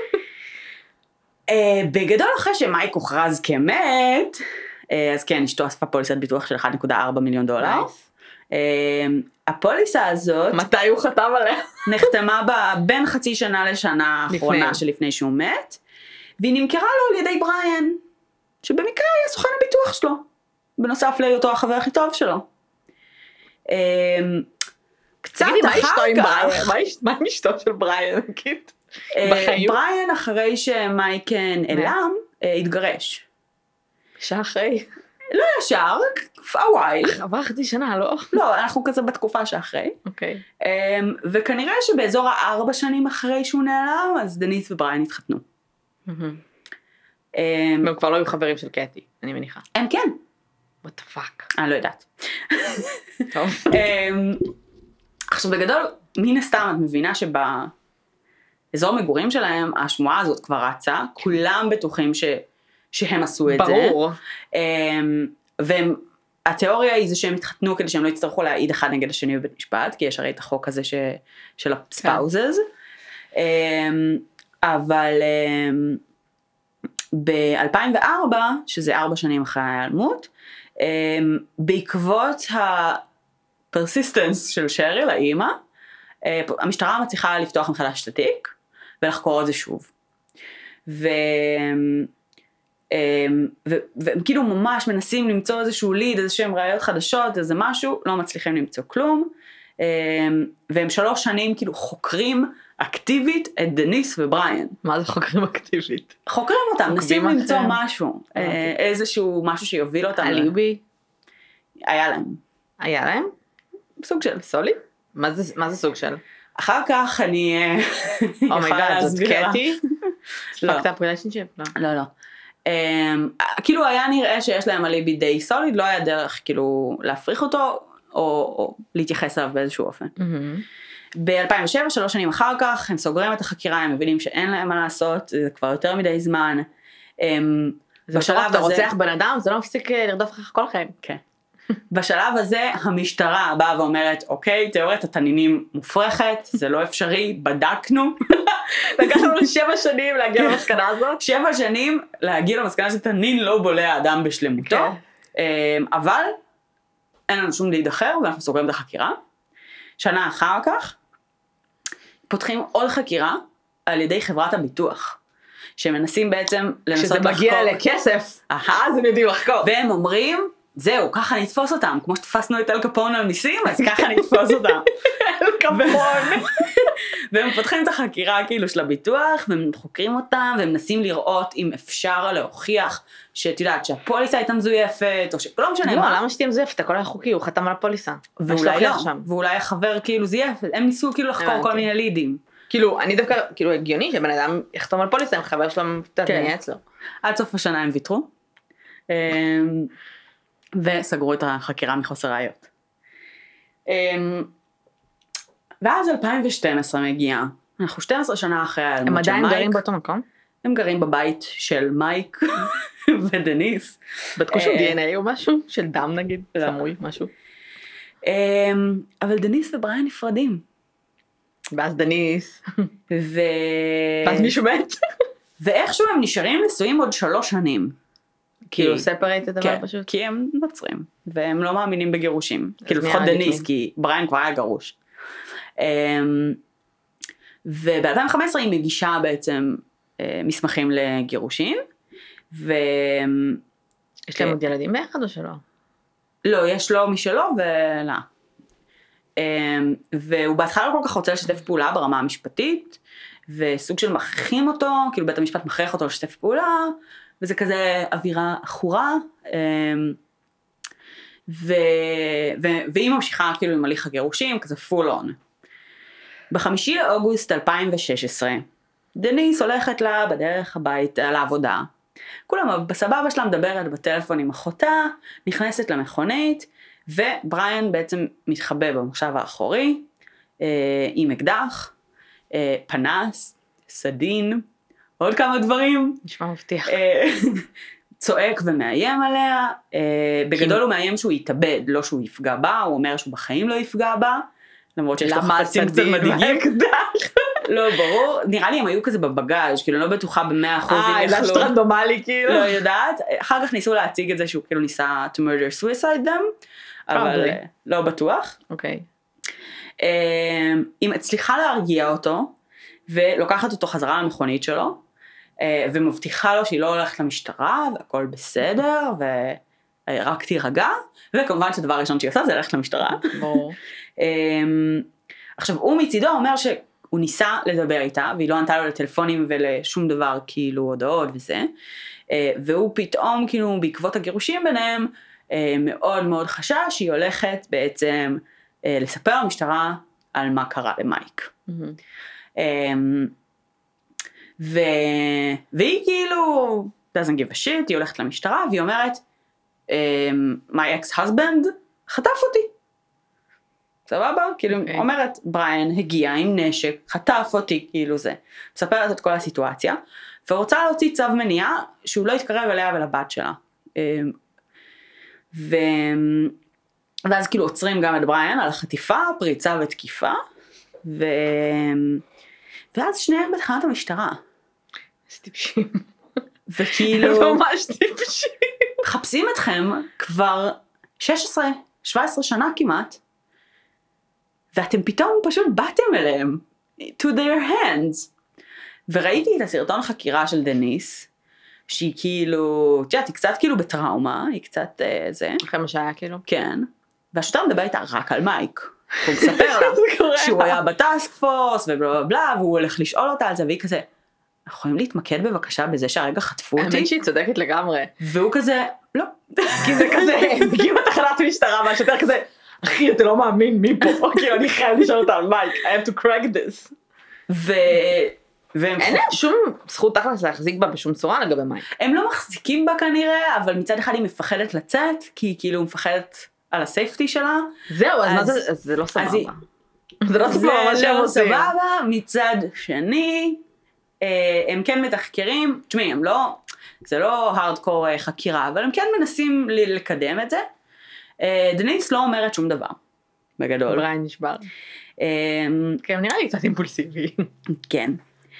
בגדול אחרי שמייק הוכרז כמת, אז כן, אשתו אספה פוליסת ביטוח של אחד נקודה ארבע מיליון דולר. הפוליסה הזאת, מתי הוא חתם עליה? נחתמה בין חצי שנה לשנה האחרונה שלפני שהוא מת, והיא נמכרה לו על ידי בריאן, שבמקרה היה סוכן הביטוח שלו, בנוסף להיותו החבר הכי טוב שלו. קצת אחר כך... מה עם אשתו של בריאן? בריאן אחרי שמייק נעלם, התגרש. שעה אחרי? לא ישר, הווייל. עבר חצי שנה, לא? לא, אנחנו כזה בתקופה שאחרי. אוקיי. וכנראה שבאזור הארבע שנים אחרי שהוא נעלם, אז דניס ובריאן התחתנו. הם כבר לא היו חברים של קטי, אני מניחה. הם כן. what the fuck. אני לא יודעת. טוב. עכשיו בגדול, מן הסתם את מבינה שבאזור מגורים שלהם, השמועה הזאת כבר רצה, כולם בטוחים ש... שהם עשו את זה. ברור. והתיאוריה היא זה שהם התחתנו כדי שהם לא יצטרכו להעיד אחד נגד השני בבית משפט, כי יש הרי את החוק הזה ש... של הספאוזז. אבל ב-אלפיים וארבע, שזה ארבע שנים אחרי ההיעלמות, בעקבות הפרסיסטנס של שריל, האמא, המשטרה מצליחה לפתוח מחדש את התיק, ולחקור את זה שוב. והם כאילו ממש מנסים למצוא איזשהו ליד, איזשהם ראיות חדשות, איזה משהו, לא מצליחים למצוא כלום, והם שלוש שנים כאילו חוקרים אקטיבית את דניס ובריאן. מה זה חוקרים אקטיבית? חוקרים אותם, נסים למצוא משהו, איזשהו משהו שיוביל אותם. אליבי? היה להם. היה להם? סוג של. סולי? מה זה סוג של? אחר כך אני יכולה להסביר לה. קטי? פקט אפ ריליישנשיפ? לא, לא. כאילו היה נראה שיש להם אליבי די סוליד, לא היה דרך כאילו להפריך אותו, או להתייחס אליו באיזשהו אופן. ב-אלפיים ושבע, שלוש שנים אחר כך, הם סוגרים את החקירה, הם מבינים שאין להם מה לעשות, זה כבר יותר מדי זמן. בשלב הזה... אתה רוצח בן אדם, זה לא מפסיק לרדוף אחריך כל חיים. כן. בשלב הזה המשטרה באה ואומרת, אוקיי, תיאוריית התנינים מופרכת, זה לא אפשרי, בדקנו. לקח לנו שבע שנים להגיע למסקנה הזאת. שבע שנים להגיע למסקנה שתנין לא בולע אדם בשלמותו, אבל אין לנו שום ליד אחר, ואנחנו סוגרים את החקירה. שנה אחר כך, פותחים עוד חקירה על ידי חברת הביטוח, שמנסים בעצם לנסות לחקור. שזה מגיע לכסף, אז הם יודעים לחקור. והם אומרים, זהו, ככה נתפוס אותם, כמו שתפסנו את אל קפון על מיסים, אז ככה נתפוס אותם. אל קפון. והם פותחים את החקירה כאילו של הביטוח, והם חוקרים אותם, והם מנסים לראות אם אפשר להוכיח, שאת יודעת, שהפוליסה הייתה מזויפת, או שלא משנה מה. לא, למה שתהיה מזויפת? הכל היה חוקי, הוא חתם על הפוליסה. ואולי לא, ואולי החבר כאילו זייף, הם ניסו כאילו לחקור כל מיני לידים. כאילו, אני דווקא, כאילו, הגיוני שבן אדם יחתום על פוליסה, עם חבר שלו תתניה אצלו. עד סוף השנה הם ויתרו. וסגרו את החקירה מחוסר ראיות. ואז אלפיים ושתים עשרה מגיעה, אנחנו שתים עשרה שנה אחרי ההיעלמות של מייק. הם עדיין גרים באותו מקום? הם גרים בבית של מייק ודניס. בדקו שם די אן איי או משהו? של דם נגיד? סמוי, משהו? אבל דניס ובריאן נפרדים. ואז דניס. ו... ואז מישהו מת. ואיכשהו הם נשארים נשואים עוד שלוש שנים. כאילו ספרייט את דבר כן, פשוט? כי הם נוצרים, והם לא מאמינים בגירושים. כאילו לפחות דניס, כי בריאן כבר היה גרוש. וב-אלפיים וחמש עשרה היא מגישה בעצם מסמכים לגירושים, ו... יש להם עוד ילדים ביחד או שלא? לא, יש לו משלו ולא. והוא בהתחלה לא כל כך רוצה לשתף פעולה ברמה המשפטית, וסוג של מכריחים אותו, כאילו בית המשפט מכריח אותו לשתף פעולה, וזה כזה אווירה אחורה, ו... ו... והיא ממשיכה כאילו עם הליך הגירושים, כזה פול און. בחמישי לאוגוסט אלפיים ושש עשרה, דניס הולכת לה בדרך הביתה לעבודה. כולם בסבבה שלה מדברת בטלפון עם אחותה, נכנסת למכונית, ובריאן בעצם מתחבא במושב האחורי, אה, עם אקדח, אה, פנס, סדין, עוד כמה דברים. נשמע מבטיח. אה, צועק ומאיים עליה, אה, בגדול הוא מאיים שהוא יתאבד, לא שהוא יפגע בה, הוא אומר שהוא בחיים לא יפגע בה, למרות שיש לו חפצים קצת מדהיגים. לא, ברור, נראה לי הם היו כזה בבגאז', כאילו לא בטוחה במאה אחוז אה, זה שטרנדומלי כאילו. לא יודעת, אחר כך ניסו להציג את זה שהוא כאילו ניסה to murder suicide them, אבל לא בטוח. אוקיי. היא מצליחה להרגיע אותו, ולוקחת אותו חזרה למכונית שלו, ומבטיחה לו שהיא לא הולכת למשטרה, והכל בסדר, ורק תירגע, וכמובן שהדבר הראשון שהיא עושה זה ללכת למשטרה. ברור. עכשיו, הוא מצידו אומר שהוא ניסה לדבר איתה, והיא לא ענתה לו לטלפונים ולשום דבר, כאילו הודעות וזה, והוא פתאום, כאילו, בעקבות הגירושים ביניהם, מאוד מאוד חשש שהיא הולכת בעצם לספר למשטרה על מה קרה למייק. ו... והיא כאילו, doesn't give a shit, היא הולכת למשטרה, והיא אומרת, my ex-husband חטף אותי. סבבה? כאילו, okay. אומרת, בריאן הגיע עם נשק, חטף אותי, כאילו זה. מספרת את כל הסיטואציה, ורוצה להוציא צו מניעה, שהוא לא יתקרב אליה ולבת שלה. ו... ואז כאילו עוצרים גם את בריאן על החטיפה, פריצה ותקיפה, ו... ואז שניהם בתחנת המשטרה. זה טיפשים. וכאילו... ממש טיפשים. מחפשים אתכם כבר שש עשרה שבע עשרה שנה כמעט, ואתם פתאום פשוט באתם אליהם, to their hands. וראיתי את הסרטון חקירה של דניס, שהיא כאילו, תשעת, היא קצת כאילו בטראומה, היא קצת אה, זה. אחרי מה שהיה כאילו. כן. והשוטר מדבר איתה רק על מייק. הוא מספר לה שהוא היה בטאסק פורס ובלה בלה, והוא הולך לשאול אותה על זה, והיא כזה, אנחנו יכולים להתמקד בבקשה בזה שהרגע חטפו אותי? האמת שהיא צודקת לגמרי. והוא כזה, לא. כי זה כזה, מגיעים לתחנת משטרה, והשוטר כזה, אחי, אתה לא מאמין מי פה, כאילו אני חייב לשאול אותה על מייק, I have to crack this. ו... אין להם שום זכות תכלס להחזיק בה בשום צורה לגבי מייק. הם לא מחזיקים בה כנראה, אבל מצד אחד היא מפחדת לצאת, כי היא כאילו מפחדת על הסייפטי שלה. זהו, אז מה זה, זה לא סבבה. זה לא סבבה מה שהם עושים. זה לא סבבה, מצד שני, הם כן מתחקרים, תשמעי, הם לא, זה לא הארדקור חקירה, אבל הם כן מנסים לקדם את זה. דניס לא אומרת שום דבר, בגדול. בריין נשבר. כן, נראה לי קצת אימפולסיבי. כן.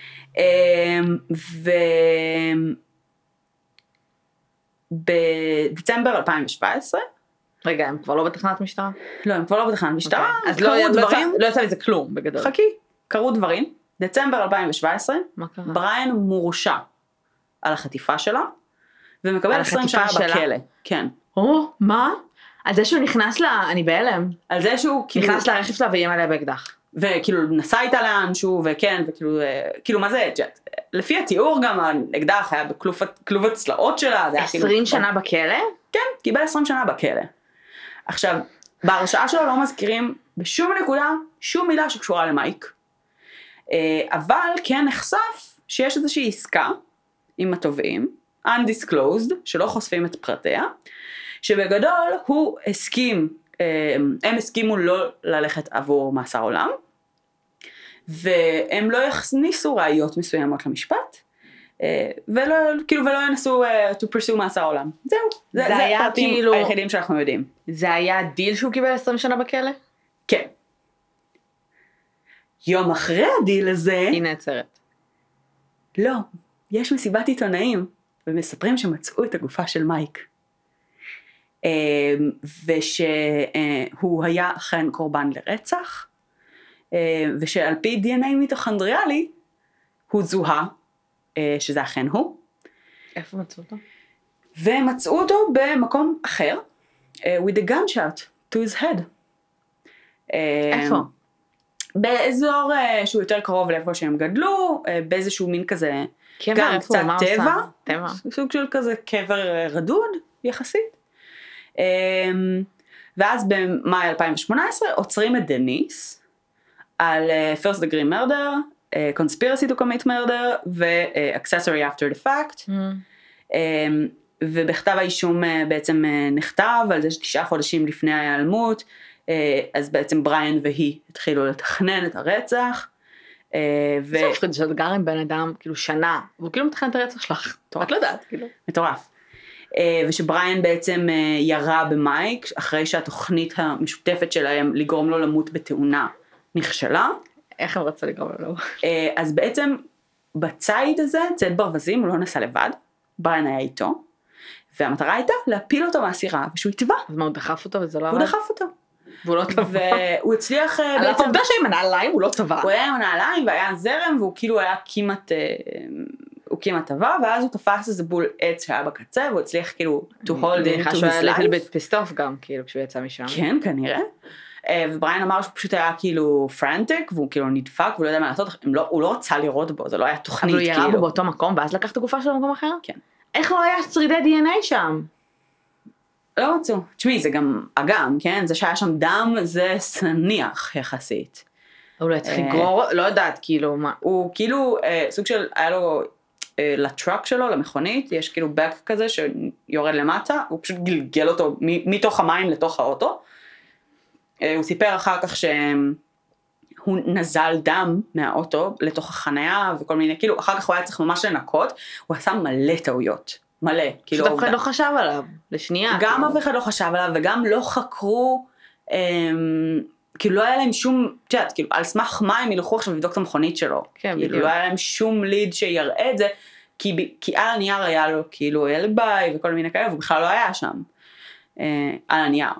ובדצמבר אלפיים שבע עשרה, רגע, הם כבר לא בתחנת משטרה? לא, הם כבר לא בתחנת משטרה, אז לא יצא מזה כלום בגדול. חכי, קרו דברים. דצמבר אלפיים שבע עשרה, בריין מורשע על החטיפה שלה, ומקבל עשרים שנה בכלא. כן. או, מה? על זה שהוא נכנס לה, אני בהלם. על זה שהוא נכנס לרכב שלה ואיים עליה באקדח. וכאילו נסע איתה לאנשהו, וכן, וכאילו, כאילו מה זה, לפי התיאור גם האקדח היה בכלוב הצלעות שלה. עשרים שנה בכלא? כן, קיבל עשרים שנה בכלא. עכשיו, בהרשעה שלו לא מזכירים בשום נקודה, שום מילה שקשורה למייק. אבל כן נחשף שיש איזושהי עסקה עם התובעים, undisclosed, שלא חושפים את פרטיה, שבגדול הוא הסכים, הם הסכימו לא ללכת עבור מאסר עולם, והם לא יכניסו ראיות מסוימות למשפט, ולא, כאילו, ולא ינסו to pursue מאסר עולם. זהו, זה, זה, זה הפרטים כאילו, היחידים שאנחנו יודעים. זה היה דיל שהוא קיבל עשרים שנה בכלא? כן. יום אחרי הדיל הזה, היא נעצרת. לא, יש מסיבת עיתונאים, ומספרים שמצאו את הגופה של מייק. ושהוא היה אכן קורבן לרצח, ושעל פי די אן איי מיטוכונדריאלי, הוא זוהה, שזה אכן הוא. איפה מצאו אותו? ומצאו אותו במקום אחר, with a gunshot to his head. איפה? באזור שהוא יותר קרוב לאיפה שהם גדלו, באיזשהו מין כזה, גם קצת טבע, טבע, סוג של כזה קבר רדוד יחסית. ואז במאי אלפיים שמונה עשרה עוצרים את דניס על first degree murder, conspiracy to commit murder ו-accessory after the fact. ובכתב האישום בעצם נכתב על זה שתשעה חודשים לפני ההיעלמות, אז בעצם בריין והיא התחילו לתכנן את הרצח. זה מפחיד שאת גר עם בן אדם כאילו שנה, והוא כאילו מתכנן את הרצח שלך, את לא יודעת כאילו. מטורף. ושבריין בעצם ירה במייק, אחרי שהתוכנית המשותפת שלהם לגרום לו למות בתאונה נכשלה. איך הם רצו לגרום לו? אז בעצם בצייד הזה, צייד ברווזים, הוא לא נסע לבד, בריין היה איתו, והמטרה הייתה להפיל אותו מהסירה, ושהוא יטבע. אז מה, הוא דחף אותו וזה לא... הוא דחף אותו. והוא לא טבע. והוא הצליח בעצם... על העובדה שעם הנעליים הוא לא טבע. הוא היה עם הנעליים והיה זרם, והוא כאילו היה כמעט... הוא כמעט טבע, ואז הוא תפס איזה בול עץ שהיה בקצה, והוא הצליח כאילו to hold into his life. שהוא היה little bit pissed off גם, כאילו, כשהוא יצא משם. כן, כנראה. ובריין אמר שהוא פשוט היה כאילו פרנטיק, והוא כאילו נדפק, והוא לא יודע מה לעשות, הוא לא רצה לראות בו, זה לא היה תוכנית כאילו. אבל הוא ירה בו באותו מקום, ואז לקח את הגופה שלו במקום אחר? כן. איך לא היה שרידי די אן איי שם? לא מצאו. תשמעי, זה גם אגם, כן? זה שהיה שם דם, זה סניח יחסית. הוא לא צריך לגרור, לא יודעת, כאילו, מה? הוא כאילו, סוג של, היה לו... לטראק שלו, למכונית, יש כאילו בק כזה שיורד למטה, הוא פשוט גלגל אותו מתוך המים לתוך האוטו. הוא סיפר אחר כך שהוא נזל דם מהאוטו לתוך החנייה וכל מיני, כאילו אחר כך הוא היה צריך ממש לנקות, הוא עשה מלא טעויות, מלא. פשוט אף אחד לא חשב עליו, לשנייה. גם אף אחד לא חשב עליו וגם לא חקרו, כאילו לא היה להם שום, תשעת, כאילו על סמך מה הם ילכו עכשיו לבדוק את המכונית שלו. כן, כאילו לא היה להם שום ליד שיראה את זה, כי, כי על הנייר היה לו כאילו ילד ביי וכל מיני כאלה, והוא בכלל לא היה שם, אה, על הנייר.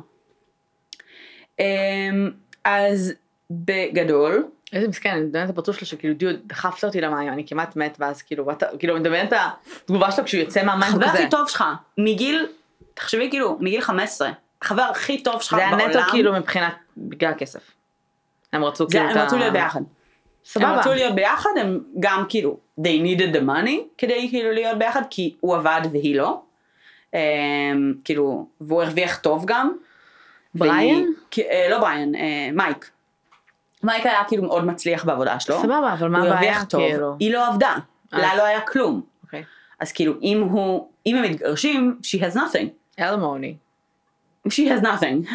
אה, אז בגדול, איזה מסכן, אני מדמיינת את הפרצוף שלו שכאילו דיוד, דחפת אותי למים, אני כמעט מת, ואז כאילו, אתה, כאילו, אני מדמיינת את התגובה שלו כשהוא יוצא מהמים החבר כזה. הכי טוב שלך, מגיל, תחשבי כאילו, מגיל חמש עשרה, החבר הכי טוב שלך בעולם. זה היה נטו כאילו מבחינת, בגלל הכסף. הם רצו זה, כאילו הם רצו להיות ביחד. סבבה. הם רצו להיות ביחד, הם גם כאילו, they needed the money, כדי כאילו להיות ביחד, כי הוא עבד והיא לא. Um, כאילו, והוא הרוויח טוב גם. בריין? והיא, לא בריין, uh, מייק. מייק היה כאילו מאוד מצליח בעבודה שלו. סבבה, אבל מה הבעיה כאילו? היא לא עבדה, לה לא היה כלום. אוקיי. אז כאילו, אם הוא, אם הם מתגרשים, she has nothing. אלמוני. she has nothing.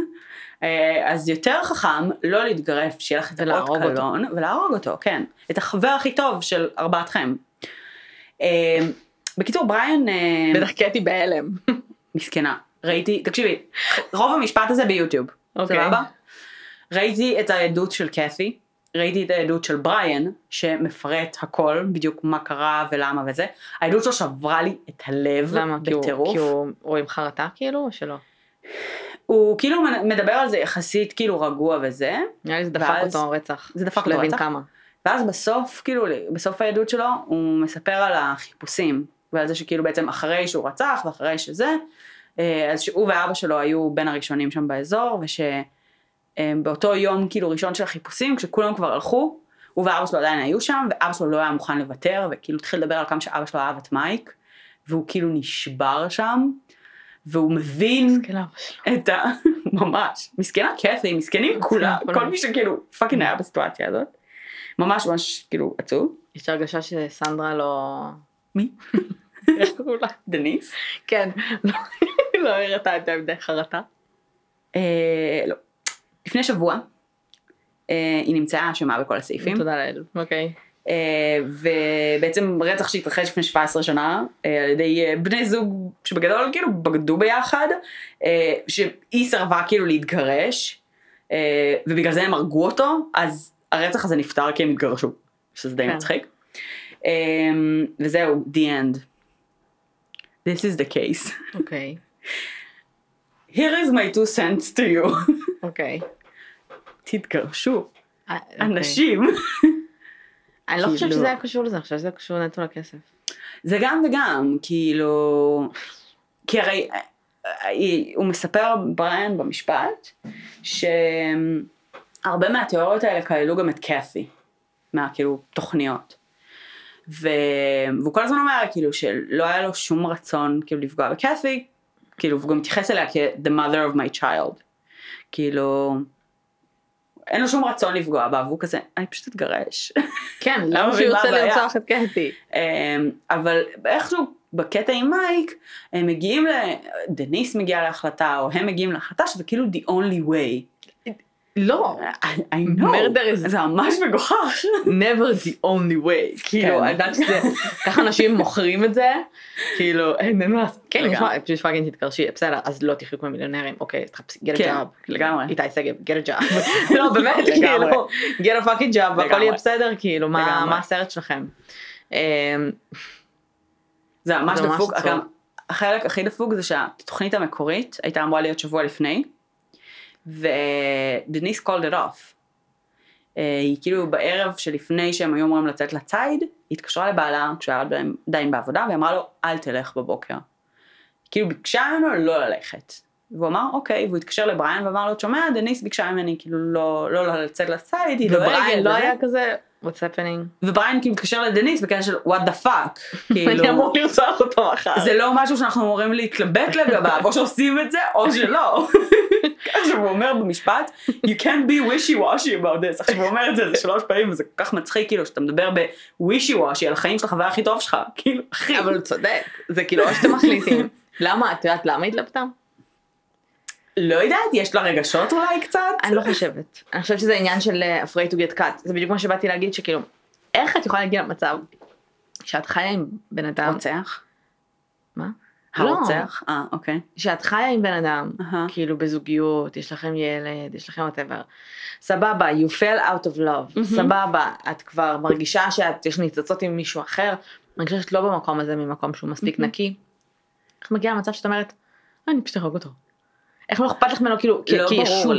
אז יותר חכם לא להתגרף, שיהיה לך את האות קלון, ולהרוג אותו, כן. את החבר הכי טוב של ארבעתכם. בקיצור, בריין... בטח קטי בהלם. מסכנה. ראיתי, תקשיבי, רוב המשפט הזה ביוטיוב. סבבה? ראיתי את העדות של קת'י, ראיתי את העדות של בריין, שמפרט הכל, בדיוק מה קרה ולמה וזה. העדות שלו שברה לי את הלב בטירוף. כי הוא רואים חרטה כאילו, או שלא? הוא כאילו מדבר על זה יחסית כאילו רגוע וזה. נראה לי זה דפק אותו רצח. זה דפק אותו רצח. ואז בסוף, כאילו, בסוף העדות שלו, הוא מספר על החיפושים, ועל זה שכאילו בעצם אחרי שהוא רצח ואחרי שזה, אז שהוא ואבא שלו היו בין הראשונים שם באזור, ושבאותו יום כאילו ראשון של החיפושים, כשכולם כבר הלכו, הוא ואבא שלו עדיין היו שם, ואבא שלו לא היה מוכן לוותר, וכאילו התחיל לדבר על כמה שאבא שלו אהב את מייק, והוא כאילו נשבר שם, והוא מבין את ה... ממש, מסכנה קת'י, מסכנים כולה, כל מי שכאילו פאקינג היה בסיטואציה הזאת, ממש ממש כאילו עצוב. יש הרגשה שסנדרה לא... מי? איך קראו לה? דניס? כן, לא הראתה את העמדי חרטה? לא. לפני שבוע, היא נמצאה אשמה בכל הסעיפים. תודה לאל, אוקיי. ובעצם רצח שהתרחש לפני שבע עשרה שנה, על ידי בני זוג שבגדול כאילו בגדו ביחד, שהיא סרבה כאילו להתגרש, ובגלל זה הם הרגו אותו, אז הרצח הזה נפטר כי הם התגרשו, שזה די מצחיק. וזהו, the end. This is the case. אוקיי. Here is my two cents to you. אוקיי. תתגרשו. אנשים. אני לא חושבת שזה היה קשור לזה, אני חושבת שזה קשור נטו לכסף. זה גם וגם, כאילו, כי הרי הוא מספר בריין במשפט, שהרבה מהתיאוריות האלה כללו גם את קת'י, מהכאילו תוכניות. והוא כל הזמן אומר כאילו שלא היה לו שום רצון כאילו לפגוע בקת'י, כאילו הוא גם מתייחס אליה כ-the mother of my child, כאילו אין לו שום רצון לפגוע בה, והוא כזה, אני פשוט אתגרש. כן, למה שהוא יוצא לרצוח את קת'י? אבל איכשהו בקטע עם מייק, הם מגיעים, דניס מגיע להחלטה, או הם מגיעים להחלטה, שזה כאילו the only way. לא, I know, זה ממש מגוחך. never the only way, כאילו, אני יודעת שזה, ככה אנשים מוכרים את זה, כאילו, אין מה, כן, נשמע, פשוט פאקינג תתקרשי, בסדר, אז לא תחלקו מהמיליונרים, אוקיי, תחפשי, get a job, לגמרי, איתי שגב, get a job, לא, באמת, כאילו, get a fucking job, הכל יהיה בסדר, כאילו, מה הסרט שלכם? זה ממש דפוק, החלק הכי דפוק זה שהתוכנית המקורית הייתה אמורה להיות שבוע לפני, ודניס called it off. היא כאילו בערב שלפני שהם היו אמורים לצאת לצייד, היא התקשרה לבעלה כשהוא היה עדיין בעבודה, והיא אמרה לו, אל תלך בבוקר. כאילו ביקשה ממנו לא ללכת. והוא אמר, אוקיי, והוא התקשר לבריין ואמר לו, תשומע, דניס ביקשה ממני כאילו לא, לא לצאת לצייד, היא דואגת. ובריין לא היה כזה, what's happening? ובריין כאילו מתקשר לדניס בקטע של, what the fuck? אני אמור לרצוח אותו אחר. זה לא משהו שאנחנו אמורים להתלבט לגביו, או שעושים את זה, או שלא. עכשיו הוא אומר במשפט, you can't be wishy-washy about this. עכשיו הוא אומר את זה, זה שלוש פעמים, וזה כל כך מצחיק, כאילו, שאתה מדבר ב-wishy-washy על החיים של החבר הכי טוב שלך, כאילו, אחי. אבל הוא צודק, זה כאילו, או שאתם מחליטים. למה, את יודעת למה התלבטה? לא יודעת, יש לה רגשות אולי קצת? אני לא חושבת. אני חושבת שזה עניין של afraid to get cut. זה בדיוק מה שבאתי להגיד, שכאילו, איך את יכולה להגיע למצב שאת חיה עם בן אדם... רוצח? מה? הרוצח? אה, אוקיי. שאת חיה עם בן אדם, כאילו בזוגיות, יש לכם ילד, יש לכם whatever. סבבה, you fell out of love. סבבה, את כבר מרגישה שאת יש ניצוצות עם מישהו אחר, אני חושבת שאת לא במקום הזה ממקום שהוא מספיק נקי. איך מגיעה למצב שאת אומרת, אני פשוט ארג אותו. איך לא אכפת לך ממנו כאילו כישות,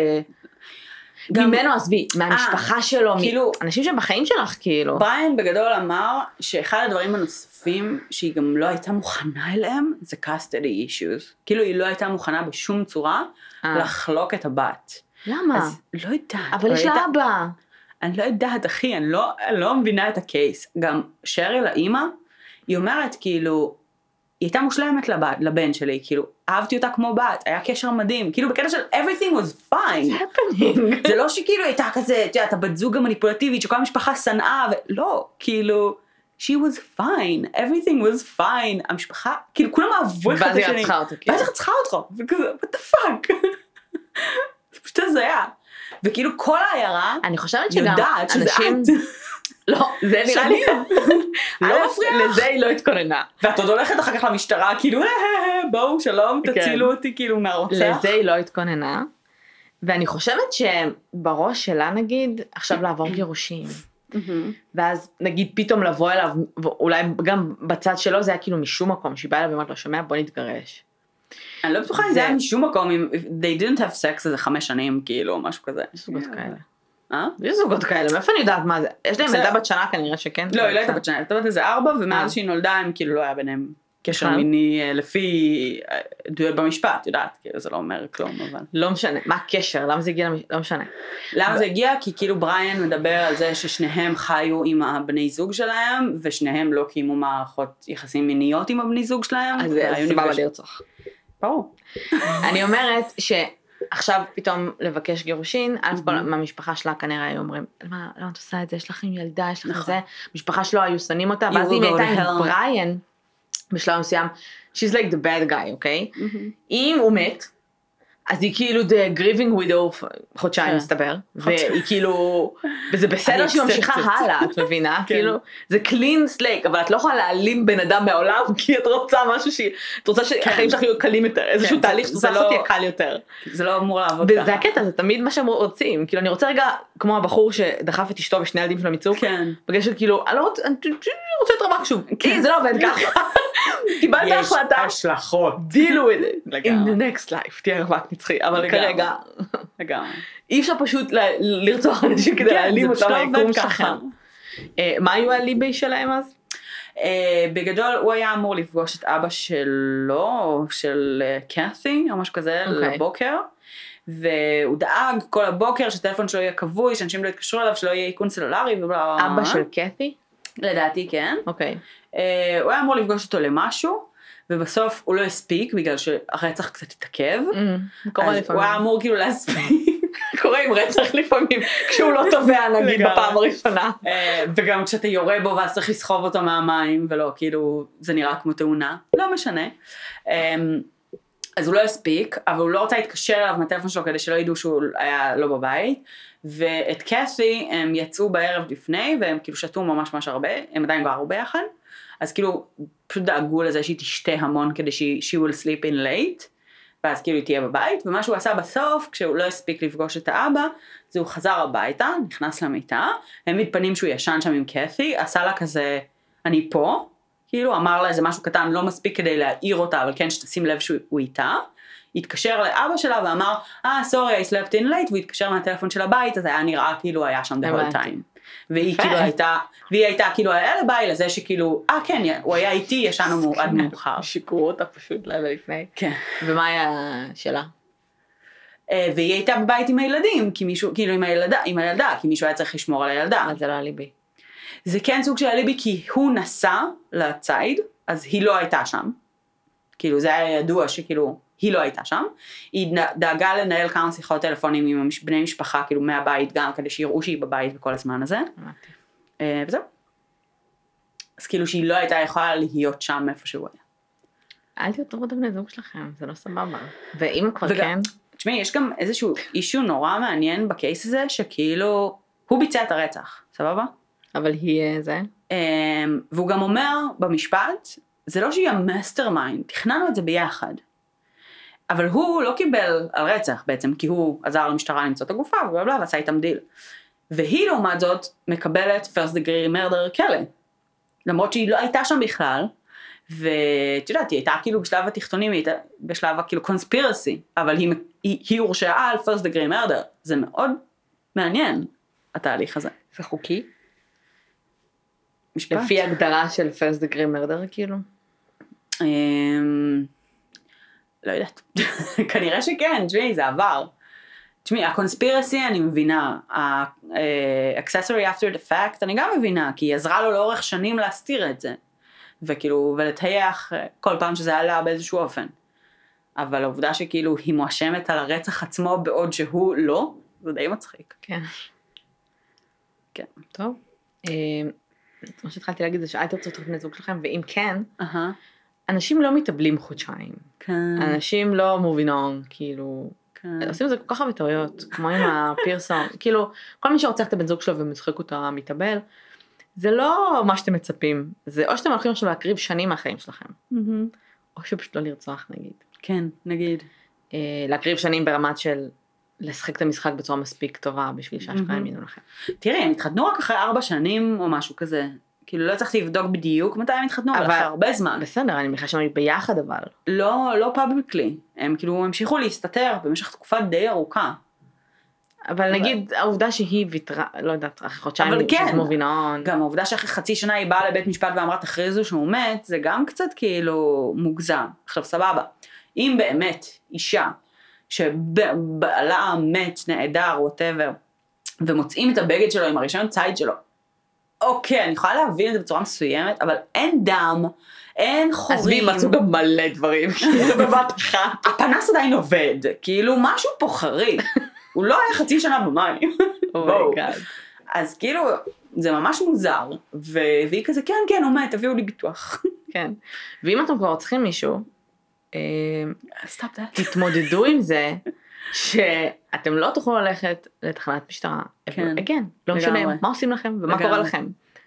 ממנו עזבי, מהמשפחה שלו, אנשים שבחיים שלך כאילו. בריין בגדול אמר שאחד הדברים הנוספים שהיא גם לא הייתה מוכנה אליהם, זה custody issues. כאילו היא לא הייתה מוכנה בשום צורה לחלוק את הבת. למה? אז לא יודעת. אבל יש לה אבא. אני לא יודעת, אחי, אני לא, אני לא מבינה את הקייס. גם שריל, האמא, היא אומרת, כאילו, היא הייתה מושלמת לבת, לבן שלי, כאילו, אהבתי אותה כמו בת, היה קשר מדהים, כאילו, בקטע של everything was fine. What's happening? זה לא שכאילו הייתה כזה, אתה יודע, הבת זוג המניפולטיבית, שכל המשפחה שנאה, ולא, כאילו, she was fine, everything was fine, המשפחה, כאילו, כולם אהבו אחד את השני. ואז היא רצחה אותו, כאילו. ואז היא רצחה אותו, וכזה, what the fuck? זה פשוט הזיה. וכאילו כל העיירה אני חושבת שגם יודעת שזה אנשים... את. לא, זה נראה לי... לא מפריע. לזה היא לא התכוננה. ואת עוד הולכת אחר כך למשטרה, כאילו, בואו, שלום, תצילו אותי, כאילו, מהרוצח. לזה היא לא התכוננה. ואני חושבת שבראש שלה, נגיד, עכשיו לעבור גירושים. ואז נגיד פתאום לבוא אליו, אולי גם בצד שלו, זה היה כאילו משום מקום, שהיא באה אליו ואומרת לו, שומע, בוא נתגרש. אני לא בטוחה אם זה היה משום מקום, אם they didn't have sex איזה חמש שנים, כאילו, משהו כזה. יש זוגות כאלה. אה? יש זוגות כאלה, מאיפה אני יודעת מה זה? יש להם ילדה בת שנה כנראה שכן. לא, היא לא הייתה בת שנה, הייתה בת איזה ארבע, ומאז שהיא נולדה, הם כאילו לא היה ביניהם קשר מיני לפי דואל במשפט, יודעת, כאילו זה לא אומר כלום, אבל... לא משנה, מה הקשר? למה זה הגיע? לא משנה. למה זה הגיע? כי כאילו בריין מדבר על זה ששניהם חיו עם הבני זוג שלהם, ושניהם לא קיימו מערכות יחסים מיניות עם הבני זוג שלהם. אז זה סיבה לרצוח. ברור. אני אומרת שעכשיו פתאום לבקש גירושין, א' כל מהמשפחה שלה כנראה היו אומרים, למה את עושה את זה? יש לכם ילדה, יש לכם זה, משפחה שלו היו שונאים אותה, ואז אם הייתה עם בריין, בשלב מסוים, she's like the bad guy, אוקיי? אם הוא מת, אז היא כאילו the grieving widow, חודשיים מסתבר, והיא כאילו, וזה בסדר שהיא ממשיכה הלאה, את מבינה? כאילו, זה clean slate, אבל את לא יכולה להעלים בן אדם מהעולם, כי את רוצה משהו שהיא, את רוצה שהחיים שלך יהיו קלים יותר, איזשהו תהליך שאת רוצה לעשות יהיה קל יותר. זה לא אמור לעבוד ככה. וזה הקטע, זה תמיד מה שהם רוצים, כאילו אני רוצה רגע, כמו הבחור שדחף את אשתו ושני ילדים של המיצוק, בגלל כאילו, אני לא רוצה, אני רוצה את רמק שוב, כי זה לא עובד ככה. קיבלת החלטה, יש השלכות, deal with it, in the next life, תהיה רווק נצחי, אבל כרגע, אי אפשר פשוט לרצוח אנשים כדי להעלים אותם מהיקום שלכם. מה היו הליבי שלהם אז? בגדול הוא היה אמור לפגוש את אבא שלו, של קאתי, או משהו כזה, לבוקר, והוא דאג כל הבוקר שהטלפון שלו יהיה כבוי, שאנשים לא יתקשרו אליו, שלא יהיה איכון סלולרי. אבא של קאתי? לדעתי כן. אוקיי. הוא היה אמור לפגוש אותו למשהו, ובסוף הוא לא הספיק, בגלל שהרצח קצת התעכב. אז הוא היה אמור כאילו להספיק. קורה עם רצח לפעמים, כשהוא לא תובע נגיד בפעם הראשונה. וגם כשאתה יורה בו, ואז צריך לסחוב אותו מהמים, ולא, כאילו, זה נראה כמו תאונה. לא משנה. אז הוא לא הספיק, אבל הוא לא רוצה להתקשר אליו מהטלפון שלו, כדי שלא ידעו שהוא היה לא בבית. ואת קאתי הם יצאו בערב לפני, והם כאילו שתו ממש ממש הרבה, הם עדיין גרו ביחד. אז כאילו פשוט דאגו לזה שהיא תשתה המון כדי שהיא she will sleep in late, ואז כאילו היא תהיה בבית, ומה שהוא עשה בסוף, כשהוא לא הספיק לפגוש את האבא, זה הוא חזר הביתה, נכנס למיטה, העמיד פנים שהוא ישן שם עם קאתי, עשה לה כזה, אני פה, כאילו אמר לה איזה משהו קטן, לא מספיק כדי להעיר אותה, אבל כן שתשים לב שהוא איתה, התקשר לאבא שלה ואמר, אה, sorry, I slept in late, והוא התקשר מהטלפון של הבית, אז היה נראה כאילו היה שם the whole time. והיא כאילו הייתה, והיא הייתה כאילו האלביי לזה שכאילו, אה כן, הוא היה איתי, ישנו עד מאוחר. שיקרו אותה פשוט לילה לפני. כן. ומה היה שלה? והיא הייתה בבית עם הילדים, כי מישהו, כאילו עם הילדה, עם הילדה, כי מישהו היה צריך לשמור על הילדה. אז זה לא הליבי. זה כן סוג של הליבי, כי הוא נסע לצייד, אז היא לא הייתה שם. כאילו זה היה ידוע שכאילו, היא לא הייתה שם, היא דאגה לנהל כמה שיחות טלפונים עם בני משפחה, כאילו מהבית גם, כדי שיראו שהיא בבית בכל הזמן הזה. וזהו. אז כאילו שהיא לא הייתה יכולה להיות שם איפה שהוא היה. אל תראו את הבני זוג שלכם, זה לא סבבה. ואם כבר כן... תשמעי, יש גם איזשהו אישו נורא מעניין בקייס הזה, שכאילו, הוא ביצע את הרצח, סבבה? אבל היא זה. והוא גם אומר במשפט, זה לא שהיא המאסטר מיינד, תכננו את זה ביחד. אבל הוא לא קיבל על רצח בעצם, כי הוא עזר למשטרה למצוא את הגופה, ובלה, ועשה איתם דיל. והיא לעומת זאת מקבלת first degree murder כלא. למרות שהיא לא הייתה שם בכלל, ואת יודעת, היא הייתה כאילו בשלב התחתונים, היא הייתה בשלב כאילו קונספירסי, אבל היא, היא, היא הורשעה על first degree murder, זה מאוד מעניין, התהליך הזה. זה חוקי? משפט. לפי הגדרה של first degree murder, כאילו? לא יודעת. כנראה שכן, תשמעי, זה עבר. תשמעי, הקונספירסי אני מבינה, ה-accessory after the fact אני גם מבינה, כי היא עזרה לו לאורך שנים להסתיר את זה, וכאילו, ולתהיח כל פעם שזה עלה באיזשהו אופן. אבל העובדה שכאילו היא מואשמת על הרצח עצמו בעוד שהוא לא, זה די מצחיק. כן. כן. טוב. מה שהתחלתי להגיד זה שאלתי רוצה תוכנית זוג שלכם, ואם כן, אנשים לא מתאבלים חודשיים. כן. אנשים לא moving on, כאילו, עושים את זה כל כך הרבה טעויות, כמו עם הפירסון, כאילו, כל מי שרוצח את הבן זוג שלו ומשחק אותה מתאבל, זה לא מה שאתם מצפים, זה או שאתם הולכים עכשיו להקריב שנים מהחיים שלכם, או שפשוט לא לרצוח נגיד. כן, נגיד. להקריב שנים ברמת של לשחק את המשחק בצורה מספיק טובה, בשביל שהשקעה ימינו לכם. תראי, הם התחתנו רק אחרי ארבע שנים או משהו כזה, כאילו לא צריך לבדוק בדיוק מתי הם התחתנו, אבל אחרי הרבה זמן. בסדר, אני מניחה שהם היו ביחד אבל. לא, לא פאבליקלי, הם כאילו המשיכו להסתתר במשך תקופה די ארוכה. אבל נגיד העובדה שהיא ויתרה, לא יודעת, אחרי חודשיים, אבל כן, מובינון. גם העובדה שאחרי חצי שנה היא באה לבית משפט ואמרה תכריזו שהוא מת, זה גם קצת כאילו מוגזם. עכשיו סבבה, אם באמת אישה שבעלה מת, נעדר, whatever, ומוצאים את הבגד שלו עם הרישיון ציד שלו, אוקיי, אני יכולה להבין את זה בצורה מסוימת, אבל אין דם, אין חורים. אז בי מצאו גם מלא דברים, בבת אחת. הפנס עדיין עובד, כאילו משהו פה חריג. הוא לא היה חצי שנה במים. אז כאילו, זה ממש מוזר, והיא כזה, כן, כן, הוא מת, תביאו לי ביטוח. כן, ואם אתם כבר רוצחים מישהו, תתמודדו עם זה, שאתם לא תוכלו ללכת לתחנת משטרה. כן, לא משנה, מה עושים לכם ומה קורה לכם.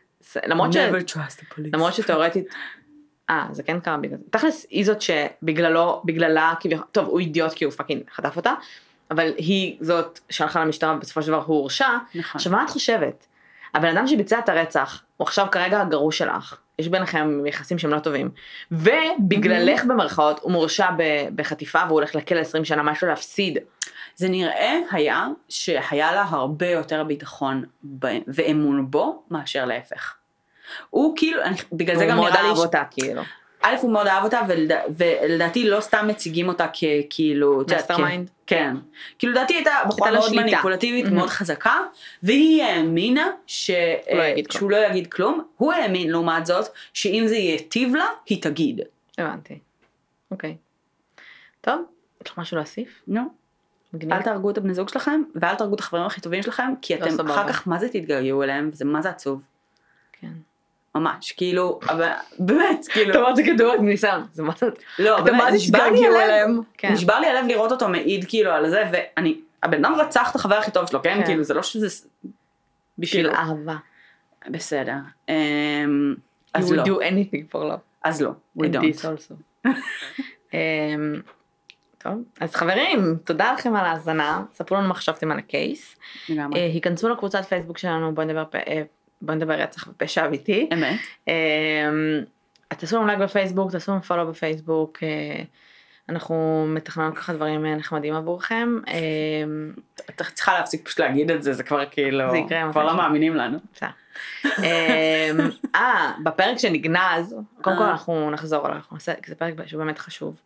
למרות שתיאורטית, אה, זה כן קרה בגלל זה. תכלס, היא זאת שבגללו, בגללה, טוב, הוא אידיוט כי הוא פאקינג חטף אותה, אבל היא זאת שהלכה למשטרה ובסופו של דבר הוא הורשע. עכשיו מה את חושבת? הבן אדם שביצע את הרצח, הוא עכשיו כרגע הגרוש שלך, יש ביניכם יחסים שהם לא טובים, ובגללך במרכאות הוא מורשע בחטיפה והוא הולך לכלא עשרים שנה, מה יש לו להפסיד? זה נראה היה שהיה לה הרבה יותר ביטחון ואמון בו מאשר להפך. הוא כאילו, בגלל זה גם נראה לי... הוא מאוד אהב אותה כאילו. א' הוא מאוד אהב אותה, ולדעתי לא סתם מציגים אותה ככאילו... מאסטרמיינד? כן. כאילו לדעתי הייתה בחורה מאוד מניפולטיבית, מאוד חזקה, והיא האמינה שהוא לא יגיד כלום, הוא האמין לעומת זאת, שאם זה ייטיב לה, היא תגיד. הבנתי. אוקיי. טוב, יש לך משהו להוסיף? נו. אל תהרגו את הבני זוג שלכם, ואל תהרגו את החברים הכי טובים שלכם, כי אתם אחר כך מה זה תתגעגעו אליהם, וזה מה זה עצוב. כן. ממש, כאילו, אבל באמת, כאילו... אתה אומרת זה כדור ניסיון, זה מה זה... לא, באמת, נשבר לי הלב, נשבר לי הלב לראות אותו מעיד כאילו על זה, ואני, הבן אדם רצח את החבר הכי טוב שלו, כן? כאילו, זה לא שזה... בשביל אהבה. בסדר. אז לא. You would do anything for love. אז לא, we don't. And this also. טוב, אז חברים, תודה לכם על ההאזנה, ספרו לנו מה חשבתם על הקייס. לגמרי. היכנסו לקבוצת פייסבוק שלנו, בואו נדבר בוא נדבר רצח ופשע אמיתי. אמת. תעשו לנו לייק בפייסבוק, תעשו לנו פולו בפייסבוק, אנחנו מתכננות ככה דברים נחמדים עבורכם. אתה צריכה להפסיק פשוט להגיד את זה, זה כבר כאילו, זה יקרה, כבר לא מאמינים לנו. אה, בפרק שנגנז, קודם כל אנחנו נחזור עליו, זה פרק שהוא באמת חשוב.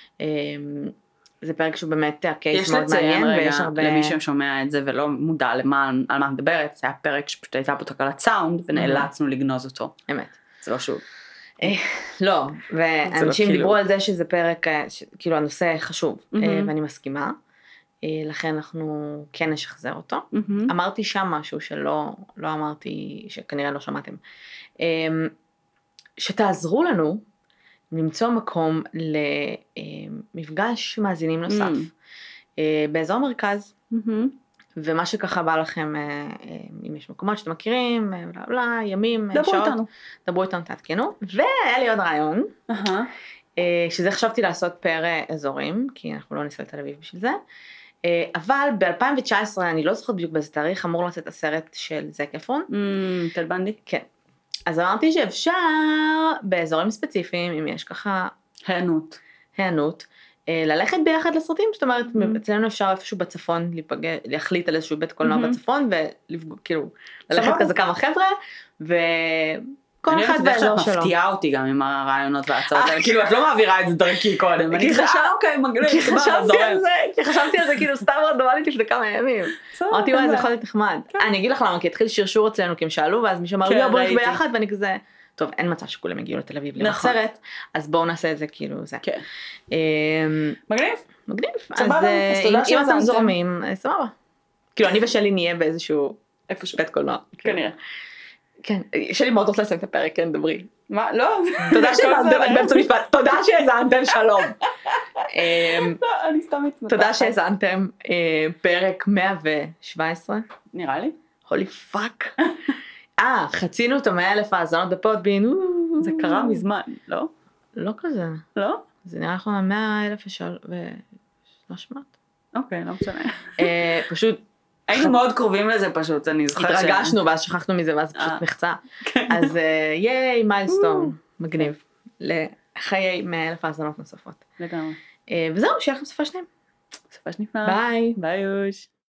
זה פרק שהוא באמת הקייס מאוד מעניין, ויש הרבה... למי ששומע את זה ולא מודע למה, על מה מדברת, זה היה פרק שפשוט הייתה פה תקלת סאונד, ונאלצנו לגנוז אותו. אמת. זה לא שוב. לא, ואנשים דיברו על זה שזה פרק, כאילו הנושא חשוב, ואני מסכימה, לכן אנחנו כן נשחזר אותו. אמרתי שם משהו שלא אמרתי, שכנראה לא שמעתם. שתעזרו לנו, למצוא מקום למפגש מאזינים נוסף, באזור מרכז, ומה שככה בא לכם, אם יש מקומות שאתם מכירים, ימים, דברו איתנו. דברו איתנו, תעדכנו, והיה לי עוד רעיון, שזה חשבתי לעשות פר אזורים, כי אנחנו לא ניסה לתל אביב בשביל זה, אבל ב-אלפיים תשע עשרה, אני לא זוכרת בדיוק באיזה תאריך, אמור לצאת הסרט של זק אפרון. טל בנדי? כן. אז אמרתי שאפשר באזורים ספציפיים, אם יש ככה הענות. הענות, ללכת ביחד לסרטים, זאת אומרת, אצלנו אפשר איפשהו בצפון להחליט על איזשהו בית קולנוע בצפון, וכאילו ללכת כזה כמה חבר'ה, וכל אחד באזור שלו. את מפתיעה אותי גם עם הרעיונות וההצעות האלה, כאילו את לא מעבירה את זה דרכי קודם, אני חשבתי, אוקיי, מגניב, כי חשבתי על זה כאילו סתם רנדומלית לפני כמה ימים, אמרתי וואי זה יכול להיות נחמד, אני אגיד לך למה, כי התחיל שרשור אצלנו, כי הם שאלו, ואז מישהו אמר לי, בוא נלך ביחד, ואני כזה, טוב, אין מצב שכולם הגיעו לתל אביב לנצרת, אז בואו נעשה את זה כאילו זה. מגניב. מגניב. אז אם אתם זורמים, סבבה. כאילו אני ושלי נהיה באיזשהו בית קולנוע. כנראה. כן, שלי מאוד רוצה לסיים את הפרק, כן, דברי. מה? לא. תודה שהזנתם, באמצע משפט, תודה שהזנתם, שלום. לא, אני סתם מצטערת. תודה שהזנתם, פרק מאה ושבע עשרה. נראה לי. הולי פאק. אה, חצינו את המאה אלף האזנות בפודבין. זה קרה מזמן, לא? לא כזה. לא? זה נראה לך מאה אלף ושלוש מאות. אוקיי, לא משנה. פשוט. היינו מאוד קרובים לזה פשוט, אני זוכרת ש... התרגשנו ואז שכחנו מזה ואז פשוט נחצה. אז ייי, מיילסטון, מגניב. לחיי מאה אלף האזנות נוספות. לגמרי. וזהו, שיהיה לכם סופה שניים. סופה שנפלאה. ביי. ביי יוש.